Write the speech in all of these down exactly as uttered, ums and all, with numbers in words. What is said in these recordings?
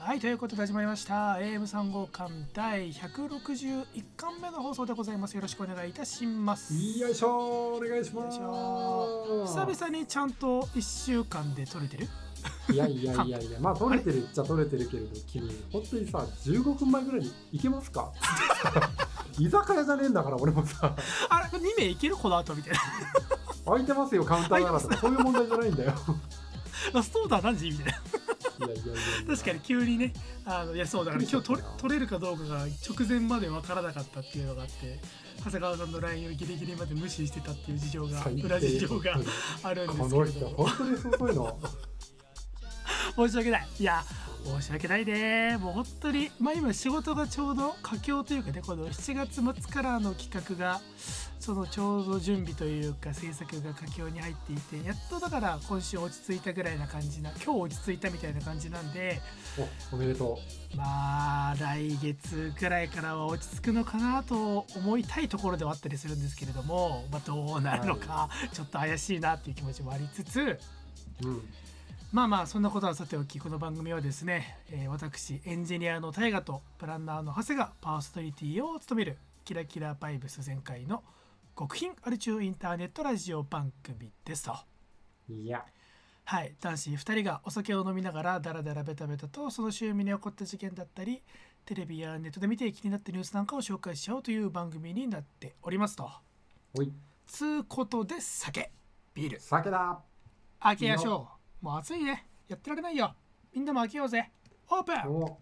はい、ということで始まりました エーエムさん 号館第ひゃくろくじゅういっかんめの放送でございます。よろしくお願いいたします。 よいしょ、お願いします。 久々にちゃんといっしゅうかんで撮れてる？ いやいやいやいや、まあ撮れてるっちゃ撮れてるけれど、君本当にさじゅうごふんまえぐらいに行けますか？居酒屋じゃねえんだから。俺もさあれにめいいけるこの後みたいな。 空いてますよカウンターならとかそういう問題じゃないんだよ。 ラストオーダー何時みたいな。 いやいやいやいや、 確かに急にね、あのいやそうだから今日取れ、取れるかどうかが直前まで分からなかったっていうのがあって、長谷川さんの ライン をギリギリまで無視してたっていう事情が裏事情があるんですけれども、 この人本当にそういうの申し訳ない。いや申し訳ないね。もう本当にまあ今仕事がちょうど佳境というかね、このしちがつ末からの企画がそのちょうど準備というか制作が佳境に入っていて、やっとだから今週落ち着いたぐらいな感じな、今日落ち着いたみたいな感じなんで、 お、おめでとう。まあ来月ぐらいからは落ち着くのかなと思いたいところではあったりするんですけれども、まあ、どうなるのかちょっと怪しいなっていう気持ちもありつつ、 うん、 まあまあそんなことはさておき、この番組はですね、えー、私エンジニアの大河とプランナーの長谷がパーソナリティを務めるキラキラバイブス全開の極貧アル中インターネットラジオ番組ですと。 いや、 はい、男子ふたりがお酒を飲みながらダラダラベタベタとその週に起こった事件だったり、テレビやネットで見て気になったニュースなんかを紹介しちゃおうという番組になっておりますと。 おい、 つうことで酒ビール酒だ。 開けやしょう。もう暑いね、やってられないよ。みんなも開けようぜ。オープン。 お、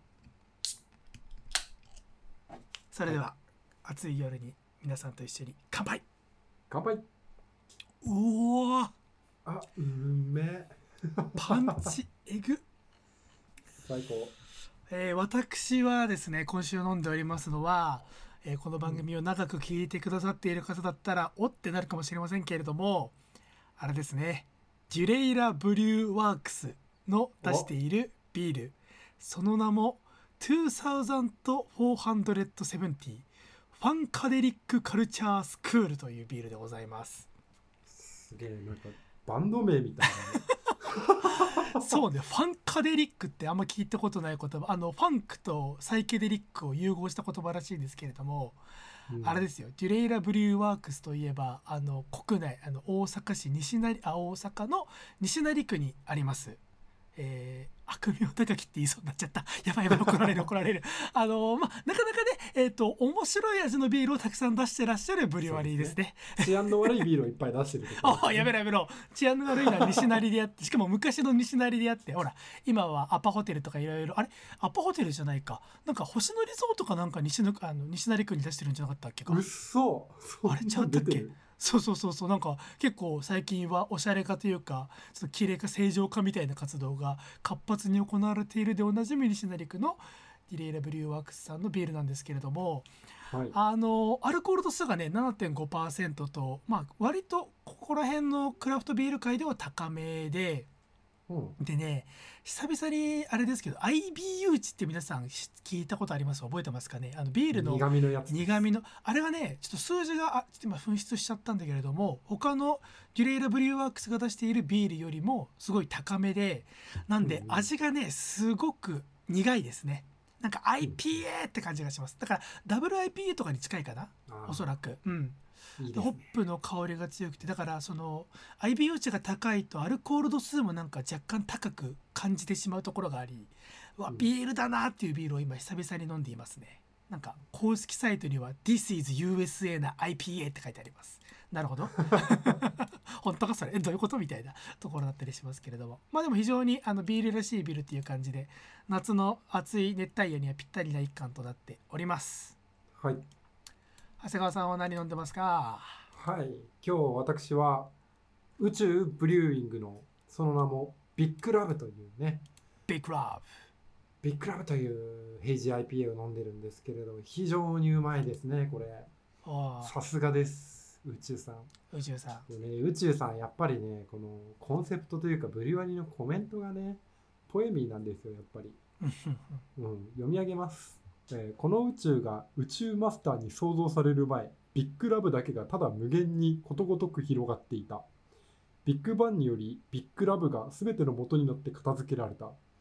それでは暑い夜に皆さんと一緒に乾杯。 乾杯。 うおー、 あ、うめパンチエグ。 最高。 えー、私はですね、今週飲んでおりますのは、えーこの番組を長く聞いてくださっている方だったらおってなるかもしれませんけれども、あれですね、ジュレイラブリューワークスの出しているビール、その名もにせんよんひゃくななじゅうファンカデリックカルチャースクールというビールでございます。 すげえ、なんかバンド名みたいな。 そうね、ファンカデリックってあんま聞いたことない言葉、あのファンクとサイケデリックを融合した言葉らしいんですけれども、うん、あれですよ、デュレイラブリューワークスといえば、あの国内、あの大阪市西成あ大阪の西成区にあります、えー、悪名高きって言いそうになっちゃった。やばいやばい、怒られる怒られる。あのまあなかなかね、えっ、ー、と面白い味のビールをたくさん出してらっしゃるブリュワリーですね。 治安の悪いビールをいっぱい出してるところ、ね。 あ、やめろやめろ。治安の悪いのは西成であって、しかも昔の西成であって、ほら今はアパホテルとかいろいろ、あれアパホテルじゃないか、なんか星野リゾートかなんか西のあの西成区に出してるんじゃなかったっけか。 うっそ、 あれちゃったっけ。そうそうそうそう、なんか結構最近はおしゃれ化というか、ちょっと綺麗化正常化みたいな活動が活発に行われているでおなじみ西成区のディレイラブリューワークスさんのビールなんですけれども、はい、あのアルコール度数がね ななてんごパーセント と、まあ割とここら辺のクラフトビール界では高めで、うん、でね、久々にあれですけど アイビーユー 値って皆さん聞いたことあります？覚えてますかね？あのビールの苦味のやつ、 苦味のあれがね、ちょっと数字があちょっと今紛失しちゃったんだけれども、他のデュレイラブリューワークスが出しているビールよりもすごい高めで、なんで味がねすごく苦いですね。なんか アイピーエー って感じがします。だからダブル アイピーエー とかに近いかな、おそらく。うん。いいですね、ホップの香りが強くて、だからその アイビーユー 値が高いとアルコール度数もなんか若干高く感じてしまうところがあり、うわビールだなっていうビールを今久々に飲んでいますね。なんか公式サイトには This is ユーエスエー な アイピーエー って書いてあります。なるほど。本当かそれ、えどういうことみたいなところだったりしますけれども、まあでも非常にあのビールらしいビールっていう感じで、夏の暑い熱帯夜にはぴったりな一貫となっております。 はい。 長谷川さんは何飲んでますか？ はい、今日私は宇宙ブリューイングのその名もビッグラブというね、 ビッグラブビッグラブというヘイジー アイピーエー を飲んでるんですけれど、非常にうまいですね。これさすがです、宇宙さん。 宇宙さん、 ね、宇宙さんやっぱりね、このコンセプトというかブリュワリーのコメントがねポエミーなんですよ、やっぱり。うん、読み上げます。えー、この宇宙が宇宙マスターに創造される前、ビッグラブだけがただ無限にことごとく広がっていた。ビッグバンによりビッグラブが全ての元になって片付けられた。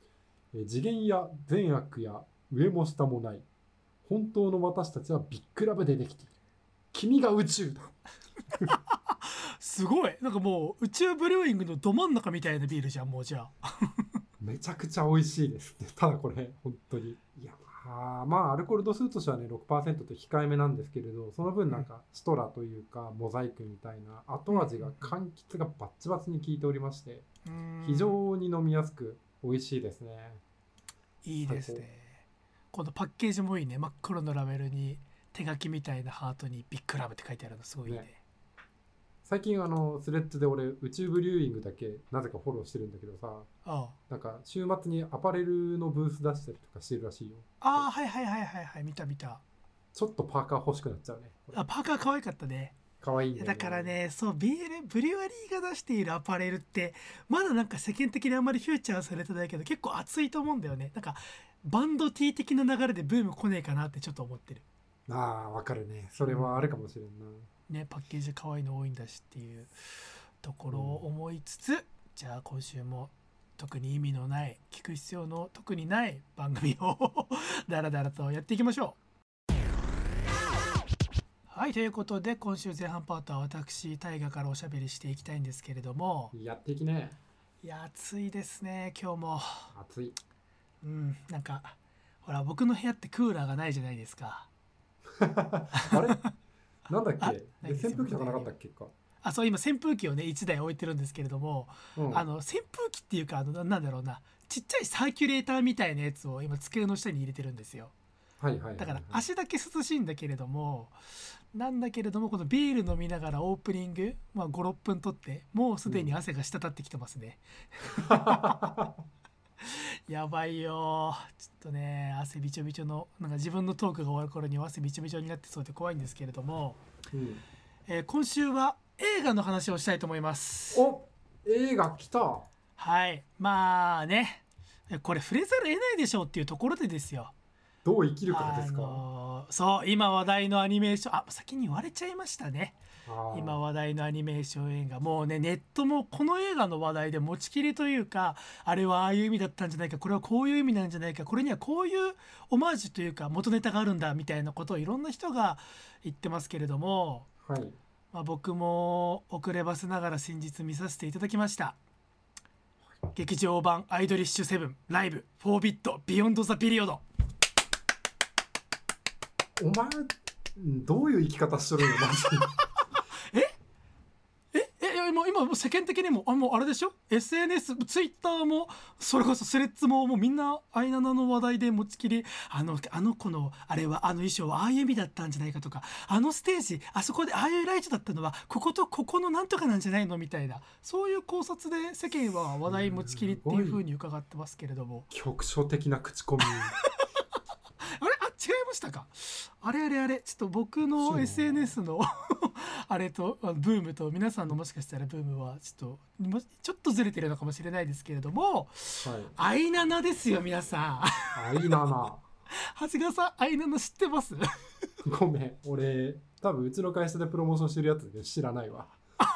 え次元や善悪や上も下もない。本当の私たちはビッグラブでできている。君が宇宙だ。 すごいなんかもう宇宙ブリューイングのど真ん中みたいなビールじゃんもうじゃあめちゃくちゃ美味しいですね。ただこれ本当にいやまあまあアルコール度数としてはね ろくパーセント と控えめなんですけれど、その分なんかストラというかモザイクみたいな後味が柑橘がバッチバチに効いておりまして、非常に飲みやすく美味しいですね。 いいですね。このパッケージもいいね。真っ黒のラベルに手書きみたいなハートにビッグラブって書いてあるのすごいいいね。ね最近あのスレッズで俺宇宙ブリューイングだけなぜかフォローしてるんだけどさ、 ああなんか週末にアパレルのブース出したりとかしてるらしいよ。 ああはいはいはいはいはい見た見た。 ちょっとパーカー欲しくなっちゃうね。 あパーカー可愛かったね。 可愛いね。 だからねそうビールブリュワリーが出しているアパレルってまだなんか世間的にあんまりフューチャーされてないけど結構熱いと思うんだよね。なんかバンド T 的な流れでブーム来ねえかなってちょっと思ってる。 ああわかるね。それはあるかもしれんな。 ね、パッケージ可愛いの多いんだしっていうところを思いつつ、うん、じゃあ今週も特に意味のない聞く必要の特にない番組をだらだらとやっていきましょう。はいということで今週前半パートは私大河からおしゃべりしていきたいんですけれども、 やっていきね。 いや暑いですね今日も。 暑い。 うんなんかほら僕の部屋ってクーラーがないじゃないですか。 あれなんだっけで扇風機とかなかったっけか。 あそう今扇風機をねいちだい置いてるんですけれども、うん、あの扇風機っていうかあのなんだろうなちっちゃいサーキュレーターみたいなやつを今机の下に入れてるんですよ。 はいはいはいはい、 だから足だけ涼しいんだけれどもなんだけれどもこのビール飲みながらオープニング、まあ、ごろっぷん撮ってもうすでに汗が滴ってきてますね、うん、やばいよちょっとね汗びちょびちょのなんか自分のトークが終わる頃に汗びちょびちょになってそうで怖いんですけれども、うんえー、今週は映画の話をしたいと思います。 お映画来た。 はいまあねこれ触れざるを得ないでしょうっていうところでですよ。 どう生きるかですか。 あのー、そう今話題のアニメーションあ先に言われちゃいましたね。今話題のアニメーション映画もうねネットもこの映画の話題で持ちきりというかあれはああいう意味だったんじゃないかこれはこういう意味なんじゃないかこれにはこういうオマージュというか元ネタがあるんだみたいなことをいろんな人が言ってますけれども、 はいまあ、僕も遅ればせながら先日見させていただきました。劇場版アイドリッシュセブンライブフォービットビヨンドザピリオド。 お前どういう生き方しとるんよマジえええ今今世間的にもあもうあれでしょ エスエヌエス ツイッターもそれこそスレッズももうみんなアイナナの話題で持ちきりあのあの子のあれはあの衣装はああいう意味だったんじゃないかとかあのステージあそこでああいうライトだったのはこことここのなんとかなんじゃないのみたいなそういう考察で世間は話題持ちきりっていう風に伺ってますけれども局所的な口コミあれあ違いましたか。あれあれあれちょっと僕の エスエヌエス のあれとブームと皆さんのもしかしたらブームはちょっとちょっとずれてるのかもしれないですけれども、はい、アイナナですよ皆さん。 アイナナ長谷川さんアイナナ知ってますごめん俺多分うちの会社でプロモーションしてるやつで知らないわ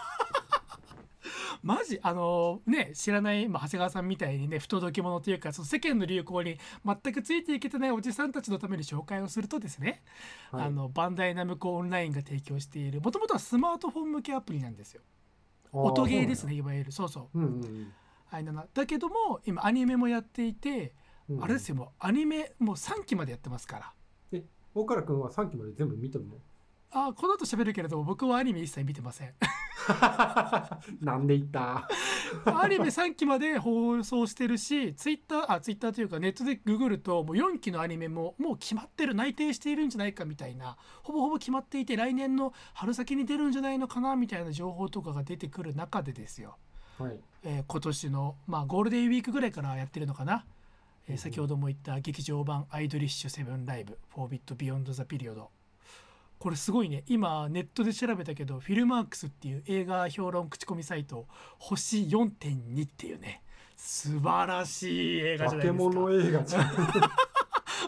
マジあのね知らない、まあ、長谷川さんみたいにね不届き者というかその世間の流行に全くついていけてないおじさんたちのために紹介をするとですね、はい、あのバンダイナムコオンラインが提供しているもともとはスマートフォン向けアプリなんですよ。音ゲーですねいわゆるそうそう、うんうんうん、あいななだけども今アニメもやっていて、うん、あれですよもうアニメもうさんきまでやってますから。 え大倉君はさんきまで全部見てるの。 あこの後喋るけれども僕はアニメ一切見てませんなんで言ったアニメさんきまで放送してるしツイッターあツイッターというかネットでググるともうよんきのアニメももう決まってる内定しているんじゃないかみたいなほぼほぼ決まっていて来年の春先に出るんじゃないのかなみたいな情報とかが出てくる中でですよ、はいえー、今年の、まあ、ゴールデンウィークぐらいからやってるのかな、えー、先ほども言った劇場版アイドリッシュセブンライブフォービットビヨンドザピリオドこれすごいね今ネットで調べたけどフィルマークスっていう映画評論口コミサイト星 よんてんに っていうね素晴らしい映画じゃないですか。 化け物映画じゃん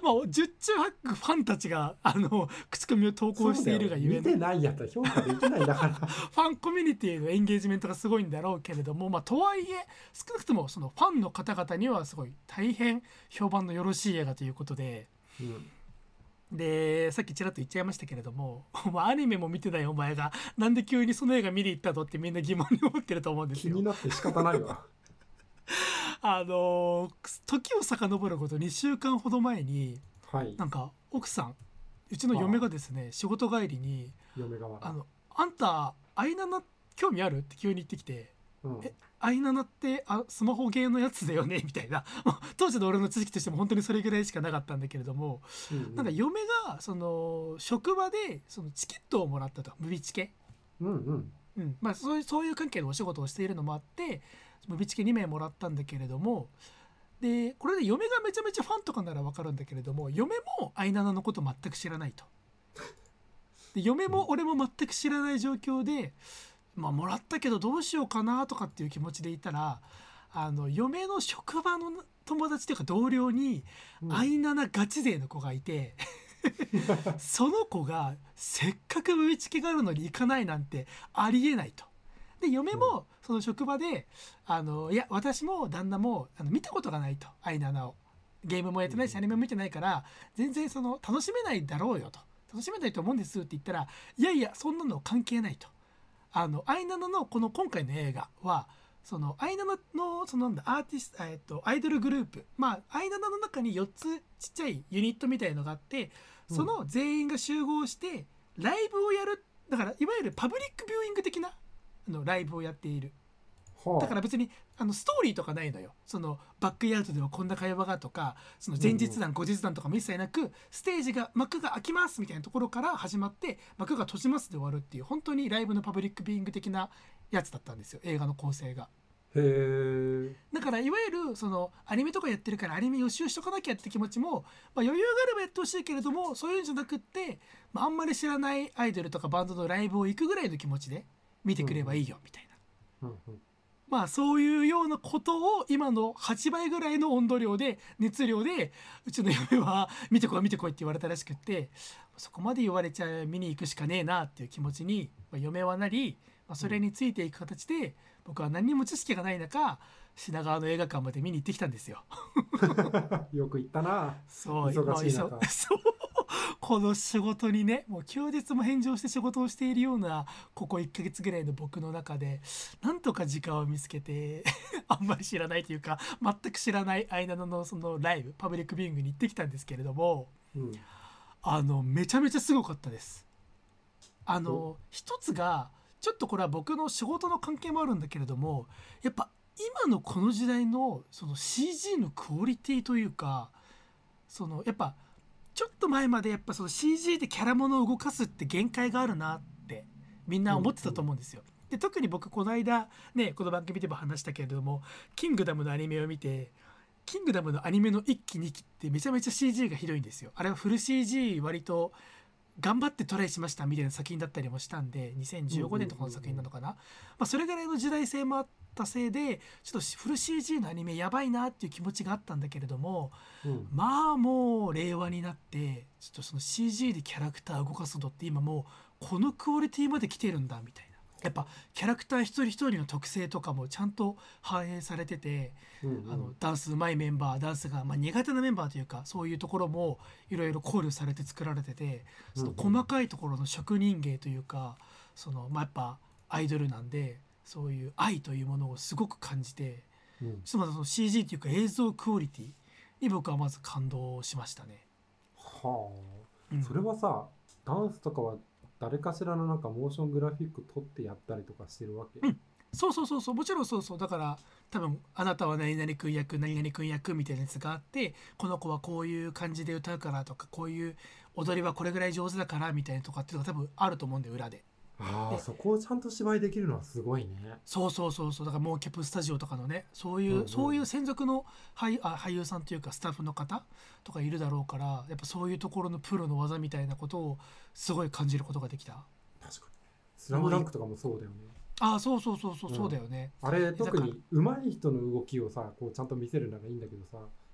まあ十中八九ファンたちがあの口コミを投稿しているがゆえ見てないやつは評価できないんだからファンコミュニティのエンゲージメントがすごいんだろうけれども、まあ、とはいえ少なくともそのファンの方々にはすごい大変評判のよろしい映画ということで、うん、でさっきちらっと言っちゃいましたけれどもアニメも見てないお前がなんで急にその映画見に行ったのってみんな疑問に思ってると思うんですよ。 気になって仕方ないわあの時を遡ることにしゅうかんほど前に、はい、なんか奥さんうちの嫁がですね仕事帰りに嫁があのあんたアイナナ興味あるって急に言ってきて、うん、えアイナナってあスマホゲーのやつだよねみたいな当時の俺の知識としても本当にそれぐらいしかなかったんだけれども、うんうん、なんか嫁がその職場でそのチケットをもらったとムビチケ、うんうんうんまあ、そういう、そういう関係のお仕事をしているのもあってムビチケにめいもらったんだけれども、でこれで嫁がめちゃめちゃファンとかなら分かるんだけれども嫁もアイナナのこと全く知らないと。で嫁も俺も全く知らない状況で、まあ、もらったけどどうしようかなとかっていう気持ちでいたらあの嫁の職場の友達というか同僚にアイナナガチ勢の子がいて、うん、その子がせっかくムビチケがあるのに行かないなんてありえないと。で嫁もその職場であのいや私も旦那もあの見たことがないとアイナナをゲームもやってないしアニメも見てないから全然その楽しめないだろうよと楽しめないと思うんですって言ったらいやいやそんなの関係ないと。あのアイナナのこの今回の映画はそのアイナナのそのなんだアーティスト、えっと、アイドルグループまあアイナナの中によっつちっちゃいユニットみたいのがあってその全員が集合してライブをやるだからいわゆるパブリックビューイング的なあのライブをやっている。だから別にあのストーリーとかないのよ。そのバックヤードではこんな会話がとかその前日談後日談とかも一切なくステージが幕が開きますみたいなところから始まって幕が閉じますで終わるっていう本当にライブのパブリックビューイング的なやつだったんですよ映画の構成が。 へー。 だからいわゆるそのアニメとかやってるからアニメ予習しとかなきゃって気持ちも、まあ、余裕があればやってほしいけれどもそういうんじゃなくって、まあ、あんまり知らないアイドルとかバンドのライブを行くぐらいの気持ちで見てくればいいよみたいな、うんうん、まあそういうようなことを今のはちばいぐらいの温度量で熱量でうちの嫁は見てこい見てこいって言われたらしくってそこまで言われちゃ見に行くしかねえなっていう気持ちに嫁はなり、まあ、それについていく形で僕は何にも知識がない中品川の映画館まで見に行ってきたんですよよく行ったな。 そう忙しい中、 まあ、そうこの仕事にねもう休日も返上して仕事をしているようなここいっかげつぐらいの僕の中でなんとか時間を見つけてあんまり知らないというか全く知らないアイナナのそのライブパブリックビューイングに行ってきたんですけれども、うん、あのめちゃめちゃすごかったです。あの一つがちょっとこれは僕の仕事の関係もあるんだけれどもやっぱ今のこの時代のその シージー のクオリティというかそのやっぱちょっと前までやっぱその シージー でキャラものを動かすって限界があるなってみんな思ってたと思うんですよ。で特に僕この間ねこの番組でも話したけれどもキングダムのアニメを見てキングダムのアニメのいっきにきってめちゃめちゃ シージー がひどいんですよ。あれはフル シージー 割と頑張ってトライしましたみたいな作品だったりもしたんでにせんじゅうごねんとかの作品なのかな、まあ、それぐらいの時代性もあったせいでちょっとフル シージー のアニメやばいなっていう気持ちがあったんだけれども、うん、まあもう令和になってちょっとその シージー でキャラクター動かすのって今もうこのクオリティまで来てるんだみたいなやっぱキャラクター一人一人の特性とかもちゃんと反映されてて、うんうん、あのダンスうまいメンバーダンスが、まあ、苦手なメンバーというかそういうところもいろいろ考慮されて作られてて、その細かいところの職人芸というかその、まあ、やっぱアイドルなんでそういう愛というものをすごく感じて、うん、ちょっとまたその シージー というか映像クオリティに僕はまず感動しましたね。 はあ、うん、それはさダンスとかは誰かしらのなんかモーショングラフィック撮ってやったりとかしてるわけ、 うん、そうそうそうそうもちろんそうそうだから多分あなたは何々君役何々君役みたいなやつがあってこの子はこういう感じで歌うからとかこういう踊りはこれぐらい上手だからみたいなとかっていうのが多分あると思うんで裏で。 ああそこをちゃんと芝居できるのはすごいね。 そうそうそうそうだからモーキャップスタジオとかのねそういう、うんうん、そういう専属の俳、あ俳優さんというかスタッフの方とかいるだろうからやっぱそういうところのプロの技みたいなことをすごい感じることができた。 確かにスラムダンクとかもそうだよね。 ああそうそうそうそう、うん、そうだよね。 あれ特に上手い人の動きをさこうちゃんと見せるならいいんだけどさ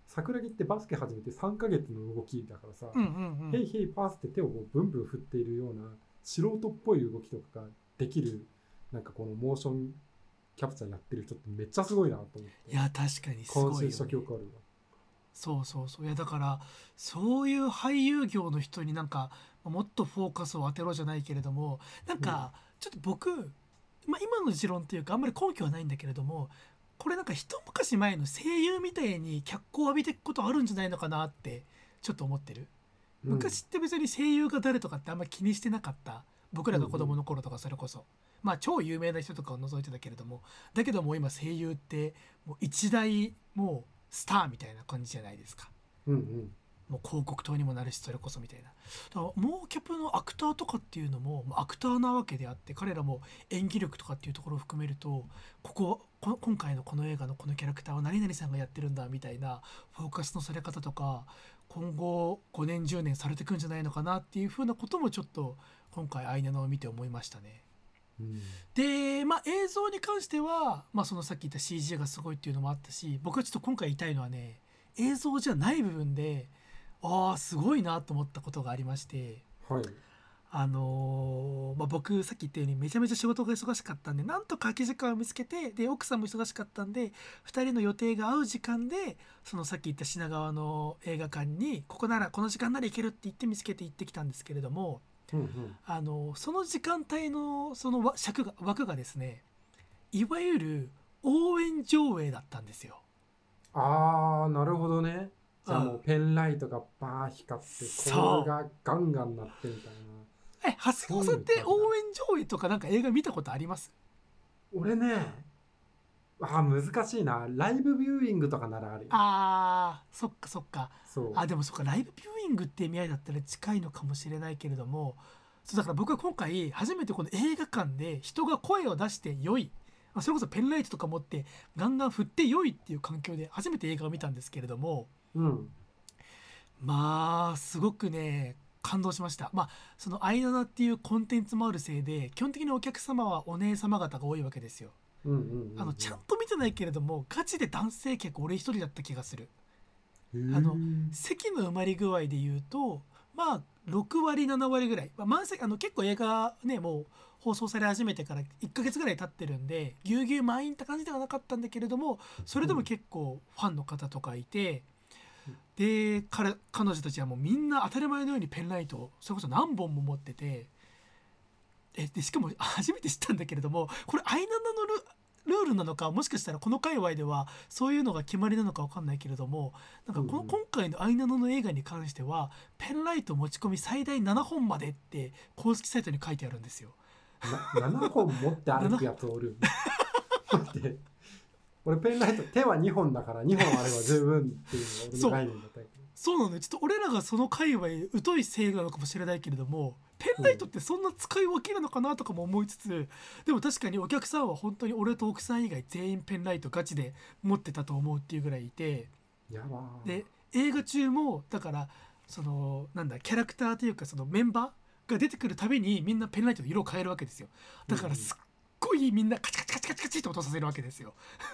桜木ってバスケ始めてさんかげつの動きだからさ、 うんうんうん、 ヘイヘイパースって手をこうブンブン振っているような素人っぽい動きとかができる、なんかこのモーションキャプチャーやってる人ってめっちゃすごいなと思って。 いや確かにすごいよ、ね、 感心した記憶あるわ。 そうそうそう、いやだからそういう俳優業の人になんかもっとフォーカスを当てろじゃないけれども、なんかちょっと僕、まあ、今の持論というかあんまり根拠はないんだけれども、これなんか一昔前の声優みたいに脚光を浴びていくことあるんじゃないのかなってちょっと思ってる。昔って別に声優が誰とかってあんまり気にしてなかった、僕らが子供の頃とかそれこそ、まあ超有名な人とかを除いてたけれども、だけども今声優ってもう一大もうスターみたいな感じじゃないですか。 うんうん、 もう広告塔にもなるしそれこそみたいな。だからモーキャプのアクターとかっていうのもアクターなわけであって、彼らも演技力とかっていうところを含めると、こここ今回のこの映画のこのキャラクターは何々さんがやってるんだみたいなフォーカスのされ方とか、今後ごねんじゅうねんされてくんじゃないのかなっていうふうなこともちょっと今回アイナナを見て思いましたね。 うん、 で、まあ、映像に関しては、まあ、そのさっき言った シージー がすごいっていうのもあったし、僕はちょっと今回言いたいのはね、映像じゃない部分でああすごいなと思ったことがありまして、 はい、 あのーまあ、僕さっき言ったようにめちゃめちゃ仕事が忙しかったんで、なんとか空き時間を見つけて、で奥さんも忙しかったんでふたりの予定が合う時間で、そのさっき言った品川の映画館にここならこの時間なら行けるって言って見つけて行ってきたんですけれども、 うんうん、 あのその時間帯のその尺が枠がですね、いわゆる応援上映だったんですよ。 あーなるほどね。じゃあもうペンライトがバー光ってこれがガンガン鳴ってみたいな。 え、長谷川さんって応援上映とかなんか映画見たことあります？ 俺ね、あ難しいな。ライブビューイングとかならあるよ。 あーそっかそっか。 そうあでもそっか、ライブビューイングって意味合いだったら近いのかもしれないけれども、そうだから僕は今回初めてこの映画館で人が声を出して良い、それこそペンライトとか持ってガンガン振って良いっていう環境で初めて映画を見たんですけれども、 うん、 まあすごくね感動しました。まあそのアイナナっていうコンテンツもあるせいで基本的にお客様はお姉様方が多いわけですよ。 うんうんうんうん、 あのちゃんと見てないけれどもガチで男性客俺一人だった気がする。 ああの席の埋まり具合で言うとまあろくわりななわりぐらい、まあ、満席、あの結構映画ねもう放送され始めてからいっかげつぐらい経ってるんでぎゅうぎゅう満員って感じではなかったんだけれども、それでも結構ファンの方とかいて、で 彼, 彼女たちはもうみんな当たり前のようにペンライトをそれこそ何本も持ってて、えでしかも初めて知ったんだけれども、これアイナナのルルールなのか、もしかしたらこの界隈ではそういうのが決まりなのか分かんないけれども、なんかこの今回のアイナナの映画に関してはペンライト持ち込み最大ななほんまでって公式サイトに書いてあるんですよ。 ななほん持って歩くやつおる待って俺ペンライト手はにほんだからにほんあれば十分っていうのが俺の概念だったけど、 そうなのよ。ちょっと俺らがその界隈疎いせいなのかもしれないけれども、ペンライトってそんな使い分けるのかなとかも思いつつ、うん、でも確かにお客さんは本当に俺と奥さん以外全員ペンライトガチで持ってたと思うっていうぐらいいて、 やばで映画中もだからそのなんだキャラクターというかそのメンバーが出てくるたびにみんなペンライトの色を変えるわけですよ。だからすっごいみんなカチカチカチカチカチって音させるわけですよ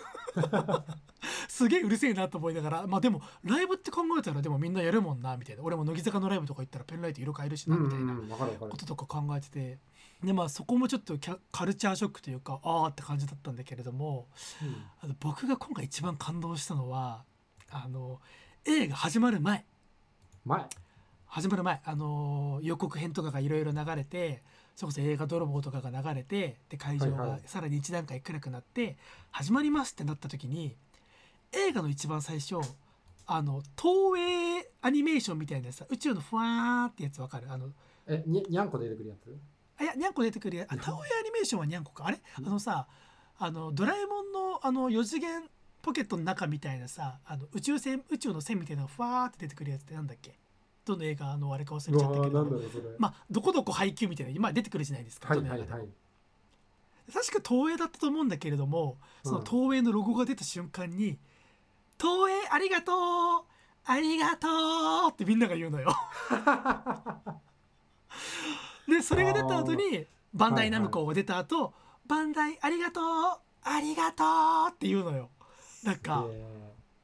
すげえうるせえなと思いながら、まあでもライブって考えたらでもみんなやるもんなみたいな、俺も乃木坂のライブとか行ったらペンライト色変えるしなみたいなこととか考えてて、でまあそこもちょっとカルチャーショックというかあーって感じだったんだけれども、うん、あの僕が今回一番感動したのはあの映画始まる前前始まる前あの予告編とかがいろいろ流れて、それこそ映画泥棒とかが流れて、で会場がさらに一段階暗くなって始まりますってなった時に、映画の一番最初あの東映アニメーションみたいなさ、宇宙のふわーってやつわかる？あのえににゃんこ出てくるやつ？ あいやにゃんこ出てくるやつ、あ東映アニメーションはにゃんこか、あれあのさあのドラえもんのあのよ次元ポケットの中みたいなさ、あの宇宙船宇宙の線みたいなのがふわーって出てくるやつってなんだっけ？どの映画のあれか忘れちゃったけど、まあどこどこ配給みたいな今出てくるじゃないですか。 はいはいはい、 確か東映だったと思うんだけれども、その東映のロゴが出た瞬間に、うん、東映ありがとうありがとうってみんなが言うのよでそれが出た後にバンダイナムコが出た後、はいはい、バンダイありがとうありがとうって言うのよ。なんか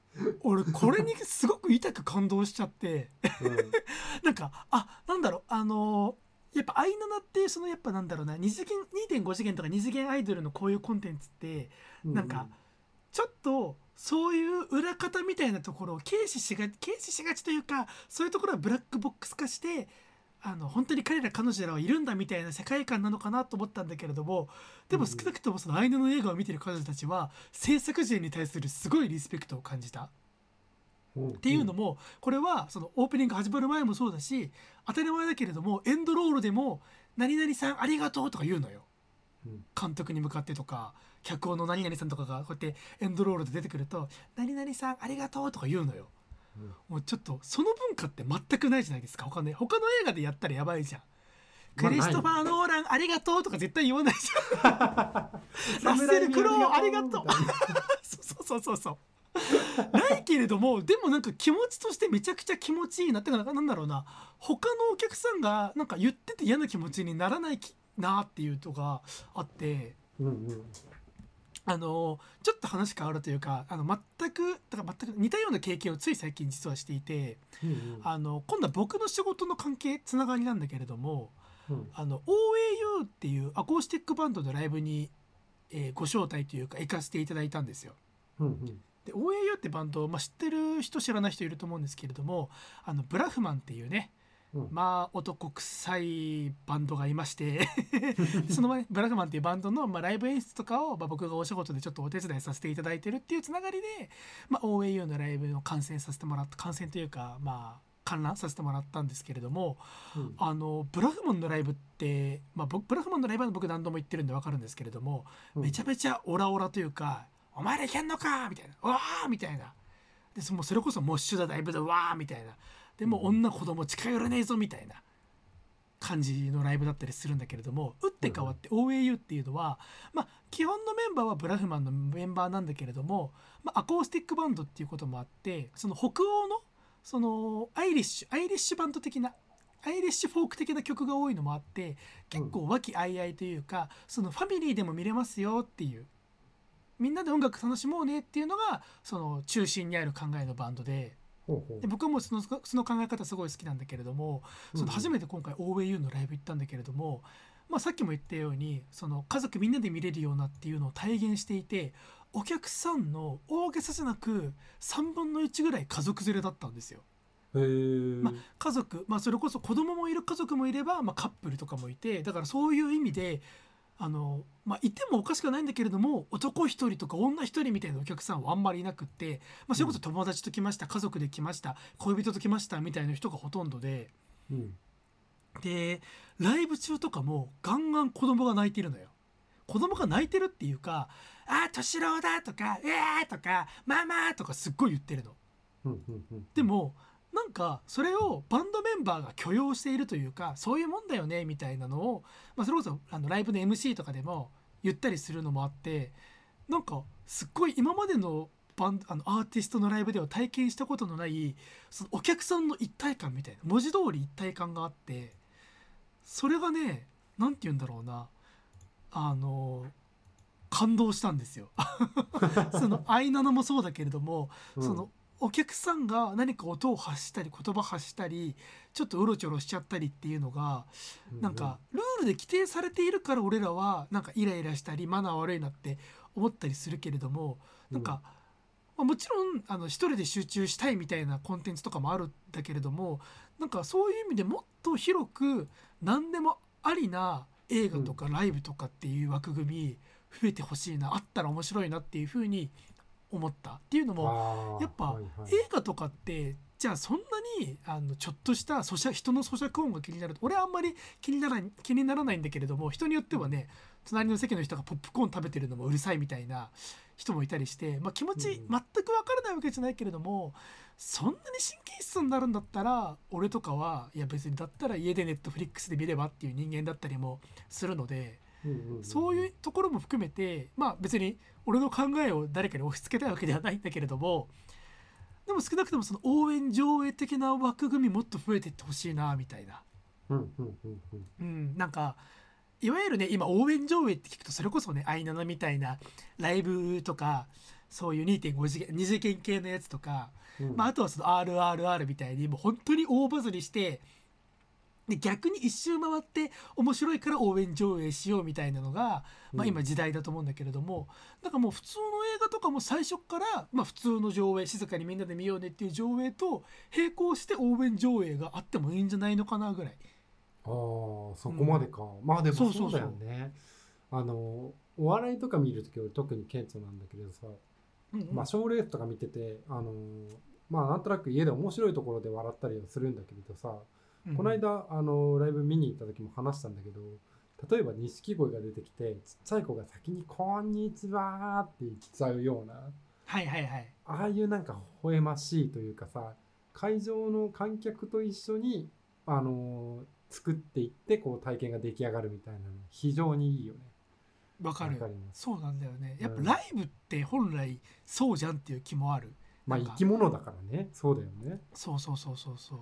俺これにすごく痛く感動しちゃってなんかあなんだろうあのー、やっぱアイナナってそのやっぱなんだろうなに次元 にてんご 次元とかに次元アイドルのこういうコンテンツってなんかちょっとそういう裏方みたいなところを軽視しが軽視しがちというか、そういうところはブラックボックス化してあの本当に彼ら彼女らはいるんだみたいな世界観なのかなと思ったんだけれども、でも少なくともそのアイヌの映画を見てる彼女たちは制作陣に対するすごいリスペクトを感じた。っていうのもこれはそのオープニング始まる前もそうだし当たり前だけれどもエンドロールでも何々さんありがとうとか言うのよ、監督に向かってとか脚本の何々さんとかがこうやってエンドロールで出てくると何々さんありがとうとか言うのよ。もうちょっとその文化って全くないじゃないですか。他の他の映画でやったらやばいじゃん。クリストファー・ノーランありがとうとか絶対言わないじゃんラッセル・クロウありがとうそうそうそうそうないけれども、でもなんか気持ちとしてめちゃくちゃ気持ちいいなってか、なんだろうな、他のお客さんがなんか言ってて嫌な気持ちにならないなっていうとがあって、うんうん、あのちょっと話変わるというか、あの全くだから全く似たような経験をつい最近実はしていて、うんうん、あの今度は僕の仕事の関係つながりなんだけれども、うん、あの オーエーユー っていうアコースティックバンドのライブに、えー、ご招待というか行かせていただいたんですよ。うんうん、で オーエーユー ってバンド、まあ、知ってる人知らない人いると思うんですけれども、あのブラフマンっていうね、うん、まあ男臭いバンドがいましてその前ブラフマンっていうバンドの、まあ、ライブ演出とかを、まあ、僕がお仕事でちょっとお手伝いさせていただいてるっていうつながりで、まあ、オーエーユー のライブを観戦させてもらった観戦というかまあ観覧させてもらったんですけれども、うん、あのブラフマンのライブって、まあ、ブラフマンのライブは僕何度も行ってるんで分かるんですけれども、うん、めちゃめちゃオラオラというかお前らいけんのかみたいな、わーみたいな、でそそれこそモッシュだライブだわーみたいな、でも女子供近寄らねえぞみたいな感じのライブだったりするんだけれども、打って変わって オーエーユー っていうのは、まあ、基本のメンバーはブラフマンのメンバーなんだけれども、まあ、アコースティックバンドっていうこともあって、その北欧のそのアイリッシュアイリッシュバンド的なアイリッシュフォーク的な曲が多いのもあって、結構和気あいあいというか、そのファミリーでも見れますよっていう、みんなで音楽楽しもうねっていうのがその中心にある考えのバンドで、で僕はもうその、その考え方すごい好きなんだけれども、その初めて今回 オーエーユー のライブ行ったんだけれども、まあ、さっきも言ったようにその家族みんなで見れるようなっていうのを体現していて、お客さんの大げさじゃなくさんぶんのいちぐらい家族連れだったんですよ。へー、まあ、家族、まあ、それこそ子供もいる家族もいれば、まあ、カップルとかもいて、だからそういう意味であの、まあ、いてもおかしくはないんだけれども、男一人とか女一人みたいなお客さんはあんまりいなくって、まあ、それこそ友達と来ました、家族で来ました、恋人と来ましたみたいな人がほとんどで、うん、でライブ中とかもガンガン子供が泣いてるのよ。子供が泣いてるっていうか、あー敏郎だとか、えーとか、ママとかすっごい言ってるの。でもなんかそれをバンドメンバーが許容しているというか、そういうもんだよねみたいなのを、まあ、それこそあのライブの エムシー とかでも言ったりするのもあって、なんかすっごい今までのバンドあのアーティストのライブでは体験したことのないそのお客さんの一体感みたいな、文字通り一体感があって、それがね、なんて言うんだろうな、あの感動したんですよそのアイナナもそうだけれども、うん、そのお客さんが何か音を発したり言葉発したりちょっとうろちょろしちゃったりっていうのが、なんかルールで規定されているから俺らはなんかイライラしたりマナー悪いなって思ったりするけれども、なんか、まあ、もちろんあの一人で集中したいみたいなコンテンツとかもあるんだけれども、なんかそういう意味でもっと広く何でもありな映画とかライブとかっていう枠組み増えてほしいな、あったら面白いなっていう風に思ったっていうのも、やっぱ映画とかってじゃあそんなにあのちょっとした咀嚼人の咀嚼音が気になると俺はあんまり気にならない気にならないんだけれども、人によってはね、隣の席の人がポップコーン食べてるのもうるさいみたいな人もいたりして、まあ、気持ち全く分からないわけじゃないけれども、そんなに神経質になるんだったら俺とかはいや別にだったら家でネットフリックスで見ればっていう人間だったりもするので、そういうところも含めて、まあ別に俺の考えを誰かに押し付けたいわけではないんだけれども、でも少なくともその応援上映的な枠組みもっと増えていってほしいなみたいな、うんうんうんうん、うん、なんかいわゆるね今応援上映って聞くとそれこそねアイナナみたいなライブとかそういう にてんご 次元に次元系のやつとか、 うんまあ、あとはその アールアールアール みたいにもう本当に大バズりしてで逆に一周回って面白いから応援上映しようみたいなのが、まあ、今時代だと思うんだけれども、なんかもう普通の映画とかも最初から、まあ、普通の上映静かにみんなで見ようねっていう上映と並行して応援上映があってもいいんじゃないのかなぐらい。 ああそこまでか、うん、まあでもそうだよね。あのお笑いとか見るときは特に顕著なんだけどさ、うんうん、まあ賞レースとか見ててあのまあなんとなく家で面白いところで笑ったりはするんだけれどさ、うん、この間あのライブ見に行った時も話したんだけど、例えば錦鯉が出てきてちっちゃい子が先に「こんにちは」って言っちゃうような、 はいはいはい、 ああいうなんか微笑ましいというかさ、会場の観客と一緒にあの作っていってこう体験が出来上がるみたいなの非常にいいよね。 わかる。そうなんだよね。やっぱライブって本来そうじゃんっていう気もある。 まあ生き物だからね。そうだよね。 そうそうそうそうそう、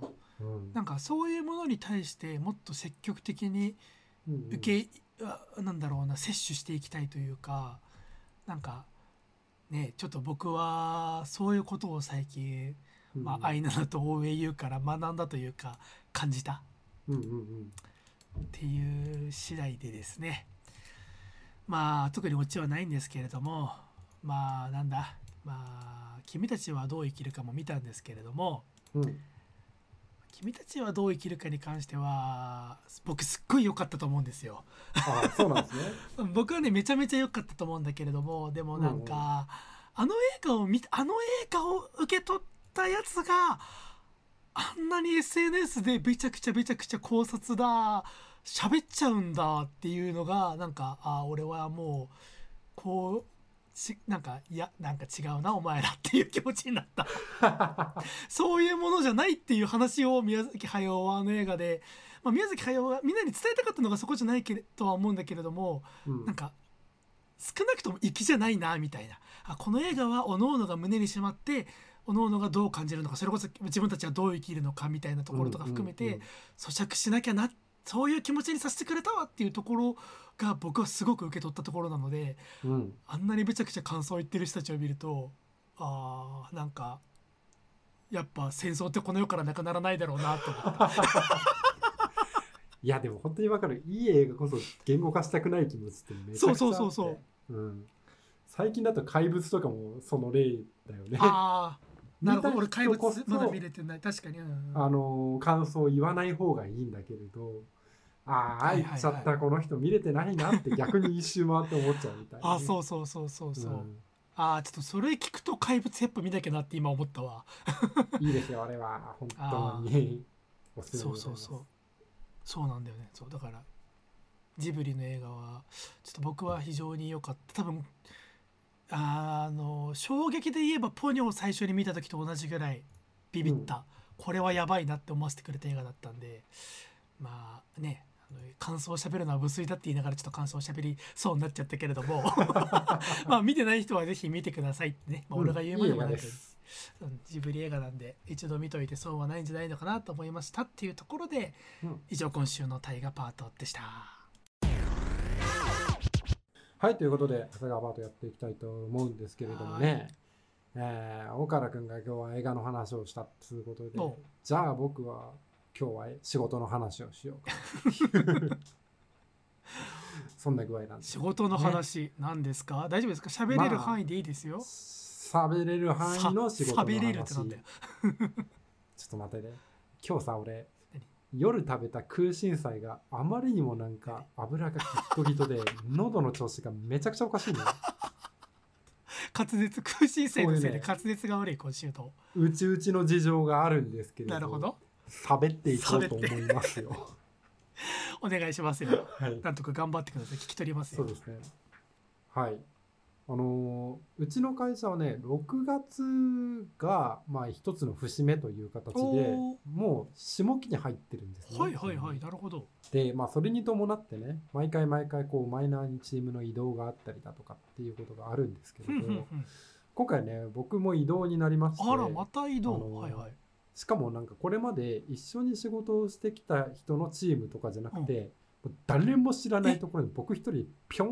うん、なんかそういうものに対してもっと積極的に受け、うんうん、なんだろうな摂取していきたいというか、なんかねちょっと僕はそういうことを最近、うんまあ、アイナナと大江優から学んだというか感じた、うんうんうん、っていう次第でですね。まあ特にオチはないんですけれども、まあなんだまあ君たちはどう生きるかも見たんですけれども、うん、君たちはどう生きるかに関しては僕すっごい良かったと思うんですよ。 ああそうなんですね。 僕はねめちゃめちゃ良かったと思うんだけれども、でもなんか、うんうん、あの映画を見あの映画を受け取ったやつがあんなに エスエヌエス でめちゃくちゃめちゃくちゃ考察だ喋っちゃうんだっていうのがなんかあ俺はもうこうちなんかいやなんか違うなお前らっていう気持ちになったそういうものじゃないっていう話を宮崎駿はあの映画で、まあ、宮崎駿がみんなに伝えたかったのがそこじゃないけれとは思うんだけれども、うん、なんか少なくとも粋じゃないなみたいな、あこの映画は各々が胸にしまって各々がどう感じるのか、それこそ自分たちはどう生きるのかみたいなところとか含めて咀嚼しなきゃなってそういう気持ちにさせてくれたわっていうところが僕はすごく受け取ったところなので、うん、あんなにめちゃくちゃ感想を言ってる人たちを見るとあーなんかやっぱ戦争ってこの世からなくならないだろうなと思ったいやでも本当に分かる。いい映画こそ言語化したくない気持ちってめちゃくちゃあって、そうそうそうそう、うん、最近だと怪物とかもその例だよね。あなるほど、俺怪物まだ見れてない。確かに、うん、 あの感想を言わない方がいいんだけれど、ああ、言っちゃった、この人見れてないなって逆に一周回って思っちゃうみたいな、ね。あ、 そうそうそうそうそう。うん、あ、ちょっとそれ聞くと怪物やっぱ見なきゃなって今思ったわ。 いいですよ、あれは本当に。 そうそうそう。そうなんだよね。そうだからジブリの映画はちょっと僕は非常に良かった。多分あの衝撃で言えばポニョを最初に見た時と同じぐらいビビった、うん、これはやばいなって思わせてくれた映画だったんで、まあね感想を喋るのは無粋だって言いながらちょっと感想を喋りそうになっちゃったけれどもまあ見てない人はぜひ見てくださいってね、まあ、俺が言うまでもなく、うん、いいジブリ映画なんで一度見といて損はないんじゃないのかなと思いましたっていうところで、うん、以上今週の大河パートでした。 はい、ということで長谷川パートやっていきたいと思うんですけれどもね、えー、岡田くんが今日は映画の話をしたということで、じゃあ僕は今日は仕事の話をしようかそんな具合なんです、 ね、仕事の話なんですか、大丈夫ですか、喋れる範囲でいいですよ。 喋、まあ、れる範囲の仕事の話。喋れるってなんだよちょっと待ってね、今日さ俺夜食べた空心菜があまりにもなんか油がギットギトで喉の調子がめちゃくちゃおかしいのよ滑舌、空心菜のせいで滑舌が悪い今週とうちうちの事情があるんですけれど、 なるほど、 喋っていこうと思いますよお願いしますよ、はい、なんとか頑張ってください、聞き取りますよ。 そうですね、はい、あのー、うちの会社はねろくがつがまあ一つの節目という形でもう下期に入ってるんですね。 はいはいはい、なるほど。 でまあそれに伴ってね毎回毎回こうマイナーにチームの移動があったりだとかっていうことがあるんですけれど今回ね僕も移動になりまして、 あらまた移動、あのーはいはい、 しかもなんかこれまで一緒に仕事をしてきた人のチームとかじゃなくて、うん、誰も知らないところに僕一人ピョンっ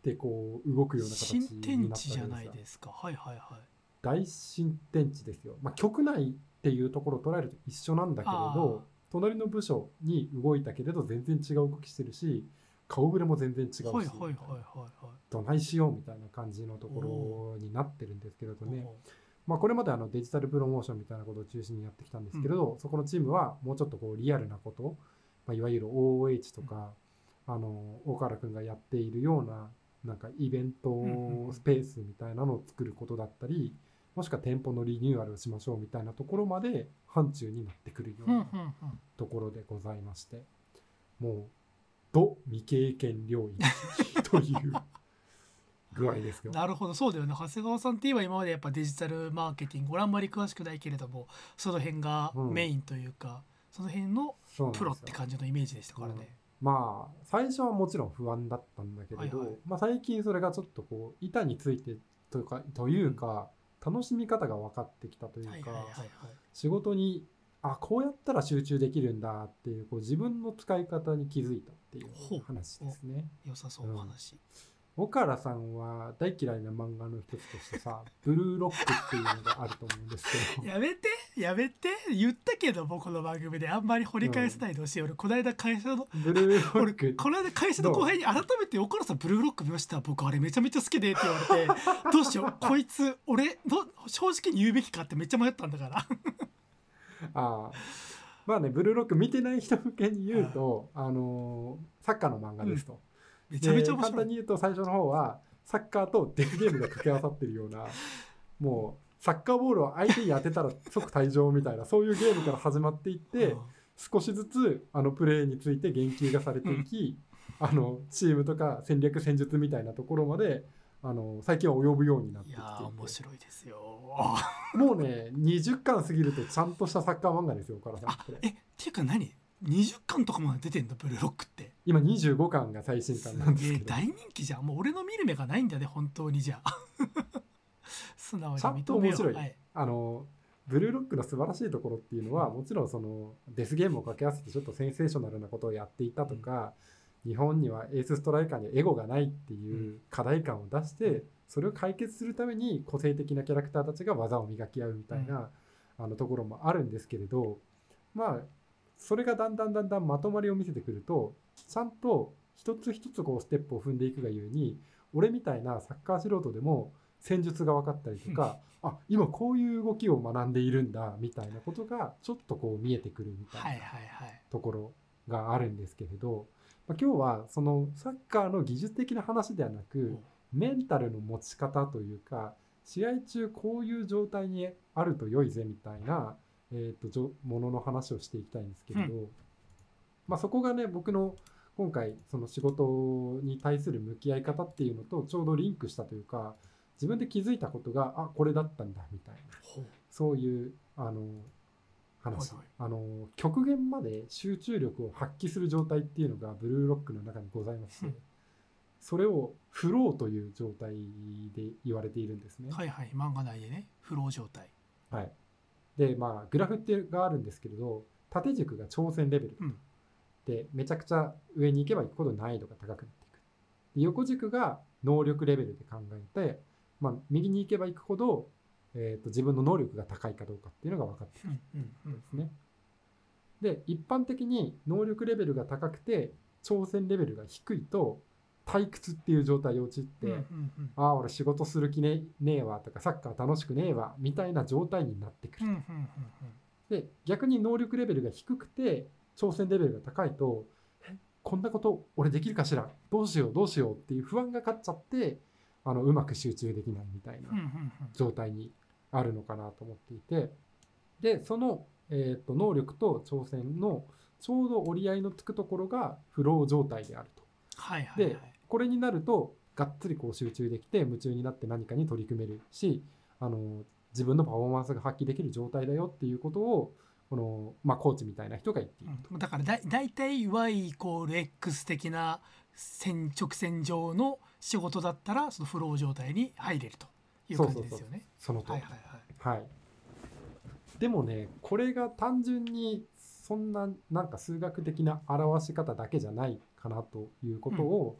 てこう動くような形になったわけですよ。 新天地じゃないですか。はいはいはい。 大新天地ですよ。まあ、局内っていうところを捉えると一緒なんだけれど、隣の部署に動いたけれど全然違う動きしてるし、顔ぶれも全然違うし、 はいはいはいはいはい。 どないしようみたいな感じのところになってるんですけれどね。まあ、これまであのデジタルプロモーションみたいなことを中心にやってきたんですけれど、うん、そこのチームはもうちょっとこうリアルなこと、まあ、いわゆる オーオーエイチ とか、うん、あの大河原くんがやっているようななんかイベントスペースみたいなのを作ることだったり、もしくは店舗のリニューアルをしましょうみたいなところまで範疇になってくるようなところでございまして、もうど未経験領域という具合ですよ。 なるほど、そうだよね。長谷川さんって言えば今までやっぱデジタルマーケティング、俺あんまり詳しくないけれども、その辺がメインというか、うん、その辺のプロって感じのイメージでしたからね。 うん、まあ最初はもちろん不安だったんだけれど、はいはい、まあ、最近それがちょっとこう板についてというか、というか、うん、楽しみ方が分かってきたというか、はいはいはいはい、仕事にあこうやったら集中できるんだっていう、こう自分の使い方に気づいたっていう話ですね。 良さそうな話。 うん、岡原さんは大嫌いな漫画の一つとしてさ、ブルーロックっていうのがあると思うんですけど。 やめてやめて言ったけど、僕の番組であんまり掘り返せないでほしい。うん、俺この間会社のブルーロックこの間会社の後輩に改めて岡原さんブルーロック見ました、僕あれめちゃめちゃ好きでって言われてどうしようこいつ俺ど正直に言うべきかってめっちゃ迷ったんだから。 ああまあね、ブルーロック見てない人向けに言うと、あのー、サッカーの漫画ですと。 うん、めちゃめちゃ面白い。 簡単に言うと最初の方はサッカーとデスゲームが掛け合わさってるような、もうサッカーボールを相手に当てたら即退場みたいな、そういうゲームから始まっていって、少しずつあのプレーについて言及がされていき、うん、あのチームとか戦略戦術みたいなところまであの最近は及ぶようになってきていて、 いや面白いですよ。 もうねにじゅっかん過ぎるとちゃんとしたサッカー漫画ですよ、岡田さん。 あえっていうか何にじゅっかんとかも出てんだブルーロックって。 今にじゅうごかんが最新刊なんですけど、 大人気じゃん。もう俺の見る目がないんだね本当に。じゃあ素直に認めよう。 ちゃんと面白い、 はい、 あのブルーロックの素晴らしいところっていうのは、もちろんそのデスゲームを掛け合わせてちょっとセンセーショナルなことをやっていたとか、うん、日本にはエースストライカーにエゴがないっていう課題感を出して、うん、それを解決するために個性的なキャラクターたちが技を磨き合うみたいな、うん、あのところもあるんですけれど、まあそれがだんだんだんだんまとまりを見せてくると、ちゃんと一つ一つこうステップを踏んでいくがゆえに、俺みたいなサッカー素人でも戦術が分かったりとか、あ今こういう動きを学んでいるんだみたいなことがちょっとこう見えてくるみたいなところがあるんですけれど、まあ、今日はそのサッカーの技術的な話ではなく、メンタルの持ち方というか、試合中こういう状態にあると良いぜみたいな、えー、とものの話をしていきたいんですけれど、うん、まあ、そこがね僕の今回その仕事に対する向き合い方っていうのとちょうどリンクしたというか、自分で気づいたことがあこれだったんだみたいな、そういうあの話、はいはい、あの極限まで集中力を発揮する状態っていうのがブルーロックの中にございまして、うん、それをフローという状態で言われているんですね。 はいはい、漫画内でね、フロー状態。 はい。でまあグラフってがあるんですけれど、縦軸が挑戦レベル、うん、でめちゃくちゃ上に行けば行くほど難易度が高くなっていく。で横軸が能力レベルで考えて、まあ、右に行けば行くほど、えーと、自分の能力が高いかどうかっていうのが分かってくるんですね。で一般的に能力レベルが高くて挑戦レベルが低いと退屈っていう状態に陥って、うんうんうん、ああ俺仕事する気ねねえわとかサッカー楽しくねえわみたいな状態になってくる、うんうんうんうん、で逆に能力レベルが低くて挑戦レベルが高いと、えこんなこと俺できるかしら、どうしようどうしようっていう不安が勝っちゃって、あのうまく集中できないみたいな状態にあるのかなと思っていて、でその、えーと、能力と挑戦のちょうど折り合いのつくところがフロー状態であると。 はいはいはい、 でこれになるとがっつりこう集中できて夢中になって何かに取り組めるし、あの自分のパフォーマンスが発揮できる状態だよっていうことをこの、まあ、コーチみたいな人が言っていると、 うん、だからだだいたい Y イコール X 的な線直線上の仕事だったらそのフロー状態に入れるという感じですよね。 その通り、 はいはいはいはい、 でもねこれが単純にそんななんか数学的な表し方だけじゃないかなということを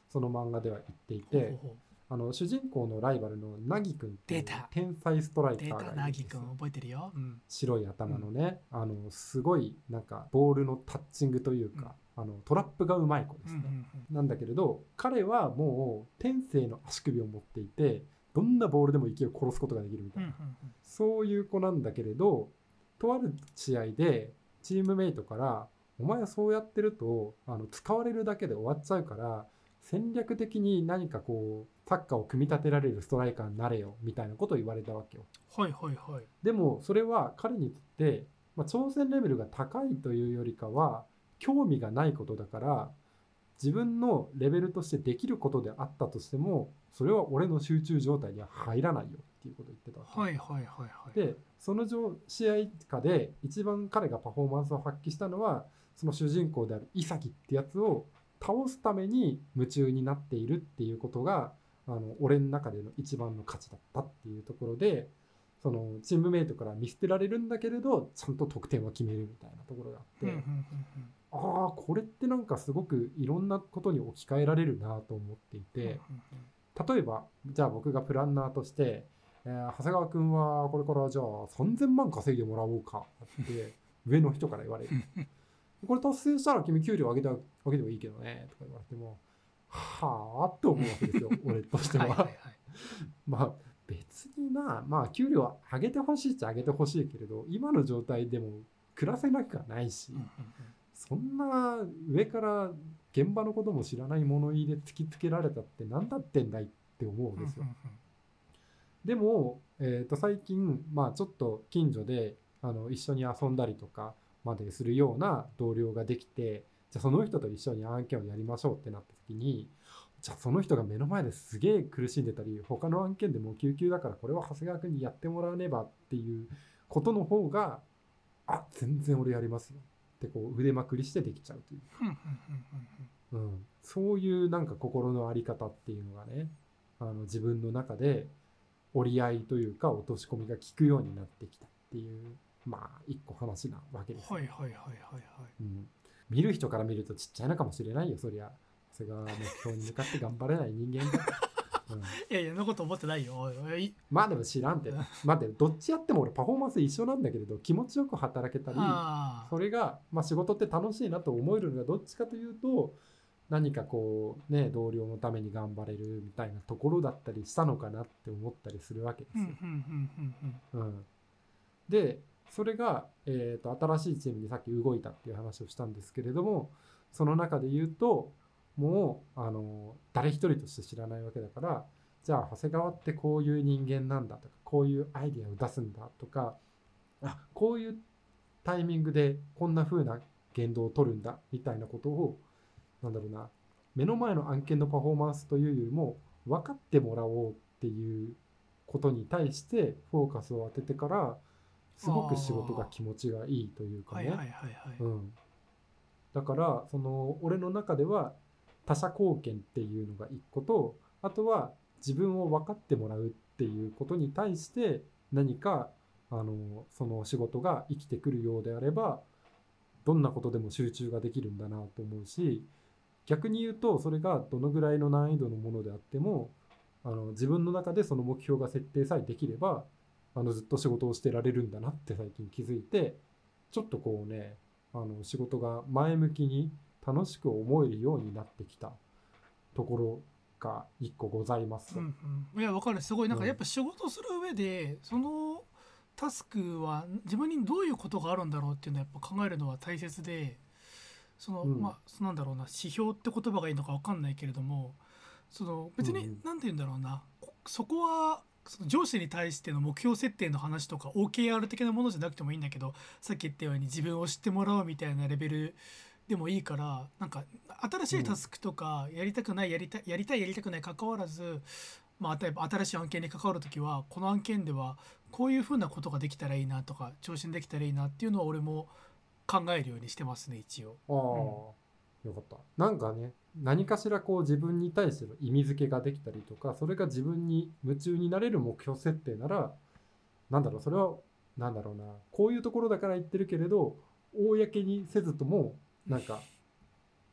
その漫画では言っていて、 ほうほうほうあの主人公のライバルのナギ君っていう出た天才ストライカデーーがいるんタナギ君ですよ。 覚えてるよ、うん白い頭のね、あのすごいなんかボールのタッチングというか、あのトラップがうまい子ですね、 うんうんうんなんだけれど彼はもう天性の足首を持っていてどんなボールでも池を殺すことができるみたいな、 うんうんそういう子なんだけれど、とある試合でチームメイトからお前はそうやってるとあの使われるだけで終わっちゃうから戦略的に何かこうサッカーを組み立てられるストライカーになれよみたいなことを言われたわけよ。 はいはいはいでもそれは彼にとって、まあ、挑戦レベルが高いというよりかは興味がないことだから、自分のレベルとしてできることであったとしてもそれは俺の集中状態には入らないよっていうことを言ってたわけ。 はいはいはいはいでその試合下で一番彼がパフォーマンスを発揮したのはその主人公であるイサキってやつを倒すために夢中になっているっていうことがあの俺の中での一番の価値だったっていうところで、そのチームメイトから見捨てられるんだけれどちゃんと得点は決めるみたいなところがあって、 うんうんうんうんああこれってなんかすごくいろんなことに置き換えられるなと思っていて、 うんうん例えばじゃあ僕がプランナーとしてえー長谷川君はこれからじゃあさんぜんまん稼いでもらおうかって上の人から言われる。これ達成したら君給料上げてあげてもいいけどねとか言われてもはあって思うわけですよ俺としては。 はいはいはいまあ別になまあ給料上げてほしいっちゃ上げてほしいけれど今の状態でも暮らせなくはないし、 うんうんうんそんな上から現場のことも知らない物言いで突きつけられたって何だってんだいって思うんですよ。 うんうんでも、えー、と最近、まあ、ちょっと近所であの一緒に遊んだりとかまでするような同僚ができて、じゃあその人と一緒に案件をやりましょうってなった時に、じゃあその人が目の前ですげえ苦しんでたり他の案件でもう救急だからこれは長谷川君にやってもらわねばっていうことの方があ全然俺やりますよってこう腕まくりしてできちゃうという、 うんうんうんうん、そういうなんか心の在り方っていうのがね、あの自分の中で折り合いというか落とし込みが効くようになってきたっていうまあ一個話なわけです、 はいはいはいはいはいうん、見る人から見るとちっちゃいのかもしれないよそりゃ。長谷川目標に向かって頑張れない人間だ、うん、 いやいやそんなこと思ってないよおいおいまあでも知らんって待ってどっちやっても俺パフォーマンス一緒なんだけれど気持ちよく働けたりあそれが、まあ、仕事って楽しいなと思えるのがどっちかというと何かこうね同僚のために頑張れるみたいなところだったりしたのかなって思ったりするわけですよ。 うんうんうんうんうんうん、でそれが、えーと新しいチームにさっき動いたっていう話をしたんですけれども、その中で言うともうあの誰一人として知らないわけだから、じゃあ長谷川ってこういう人間なんだとかこういうアイデアを出すんだとか、あこういうタイミングでこんな風な言動を取るんだみたいなことをなんだろうな目の前の案件のパフォーマンスというよりも分かってもらおうっていうことに対してフォーカスを当ててからすごく仕事が気持ちがいいというかね、 はいはいはいはいうん、だからその俺の中では他者貢献っていうのが一個と、あとは自分を分かってもらうっていうことに対して何かあのその仕事が生きてくるようであればどんなことでも集中ができるんだなと思うし、逆に言うとそれがどのぐらいの難易度のものであってもあの自分の中でその目標が設定さえできればあのずっと仕事をしてられるんだなって最近気づいて、ちょっとこうねあの仕事が前向きに楽しく思えるようになってきたところが一個ございます。 うんうん、いや分かる、すごいなんかやっぱ仕事する上でそのタスクは自分にどういうことがあるんだろうっていうのをやっぱ考えるのは大切で、その、 うん、 まあなんだろうな、指標って言葉がいいのか分かんないけれども、その別に何て言うんだろうな、そこはその上司に対しての目標設定の話とか オーケーアール 的なものじゃなくてもいいんだけど、さっき言ったように自分を知ってもらおうみたいなレベルでもいいから、なんか新しいタスクとかやりたくないやりたいやりたいやりたくない関わらず、まあ、例えば新しい案件に関わるときはこの案件ではこういうふうなことができたらいいなとか挑戦できたらいいなっていうのは俺も考えるようにしてますね一応。 ああ、うん、よかった。なんかね何かしらこう自分に対しての意味付けができたりとか、それが自分に夢中になれる目標設定ならなんだろう、それはなんだろうな、こういうところだから言ってるけれど公にせずともなんか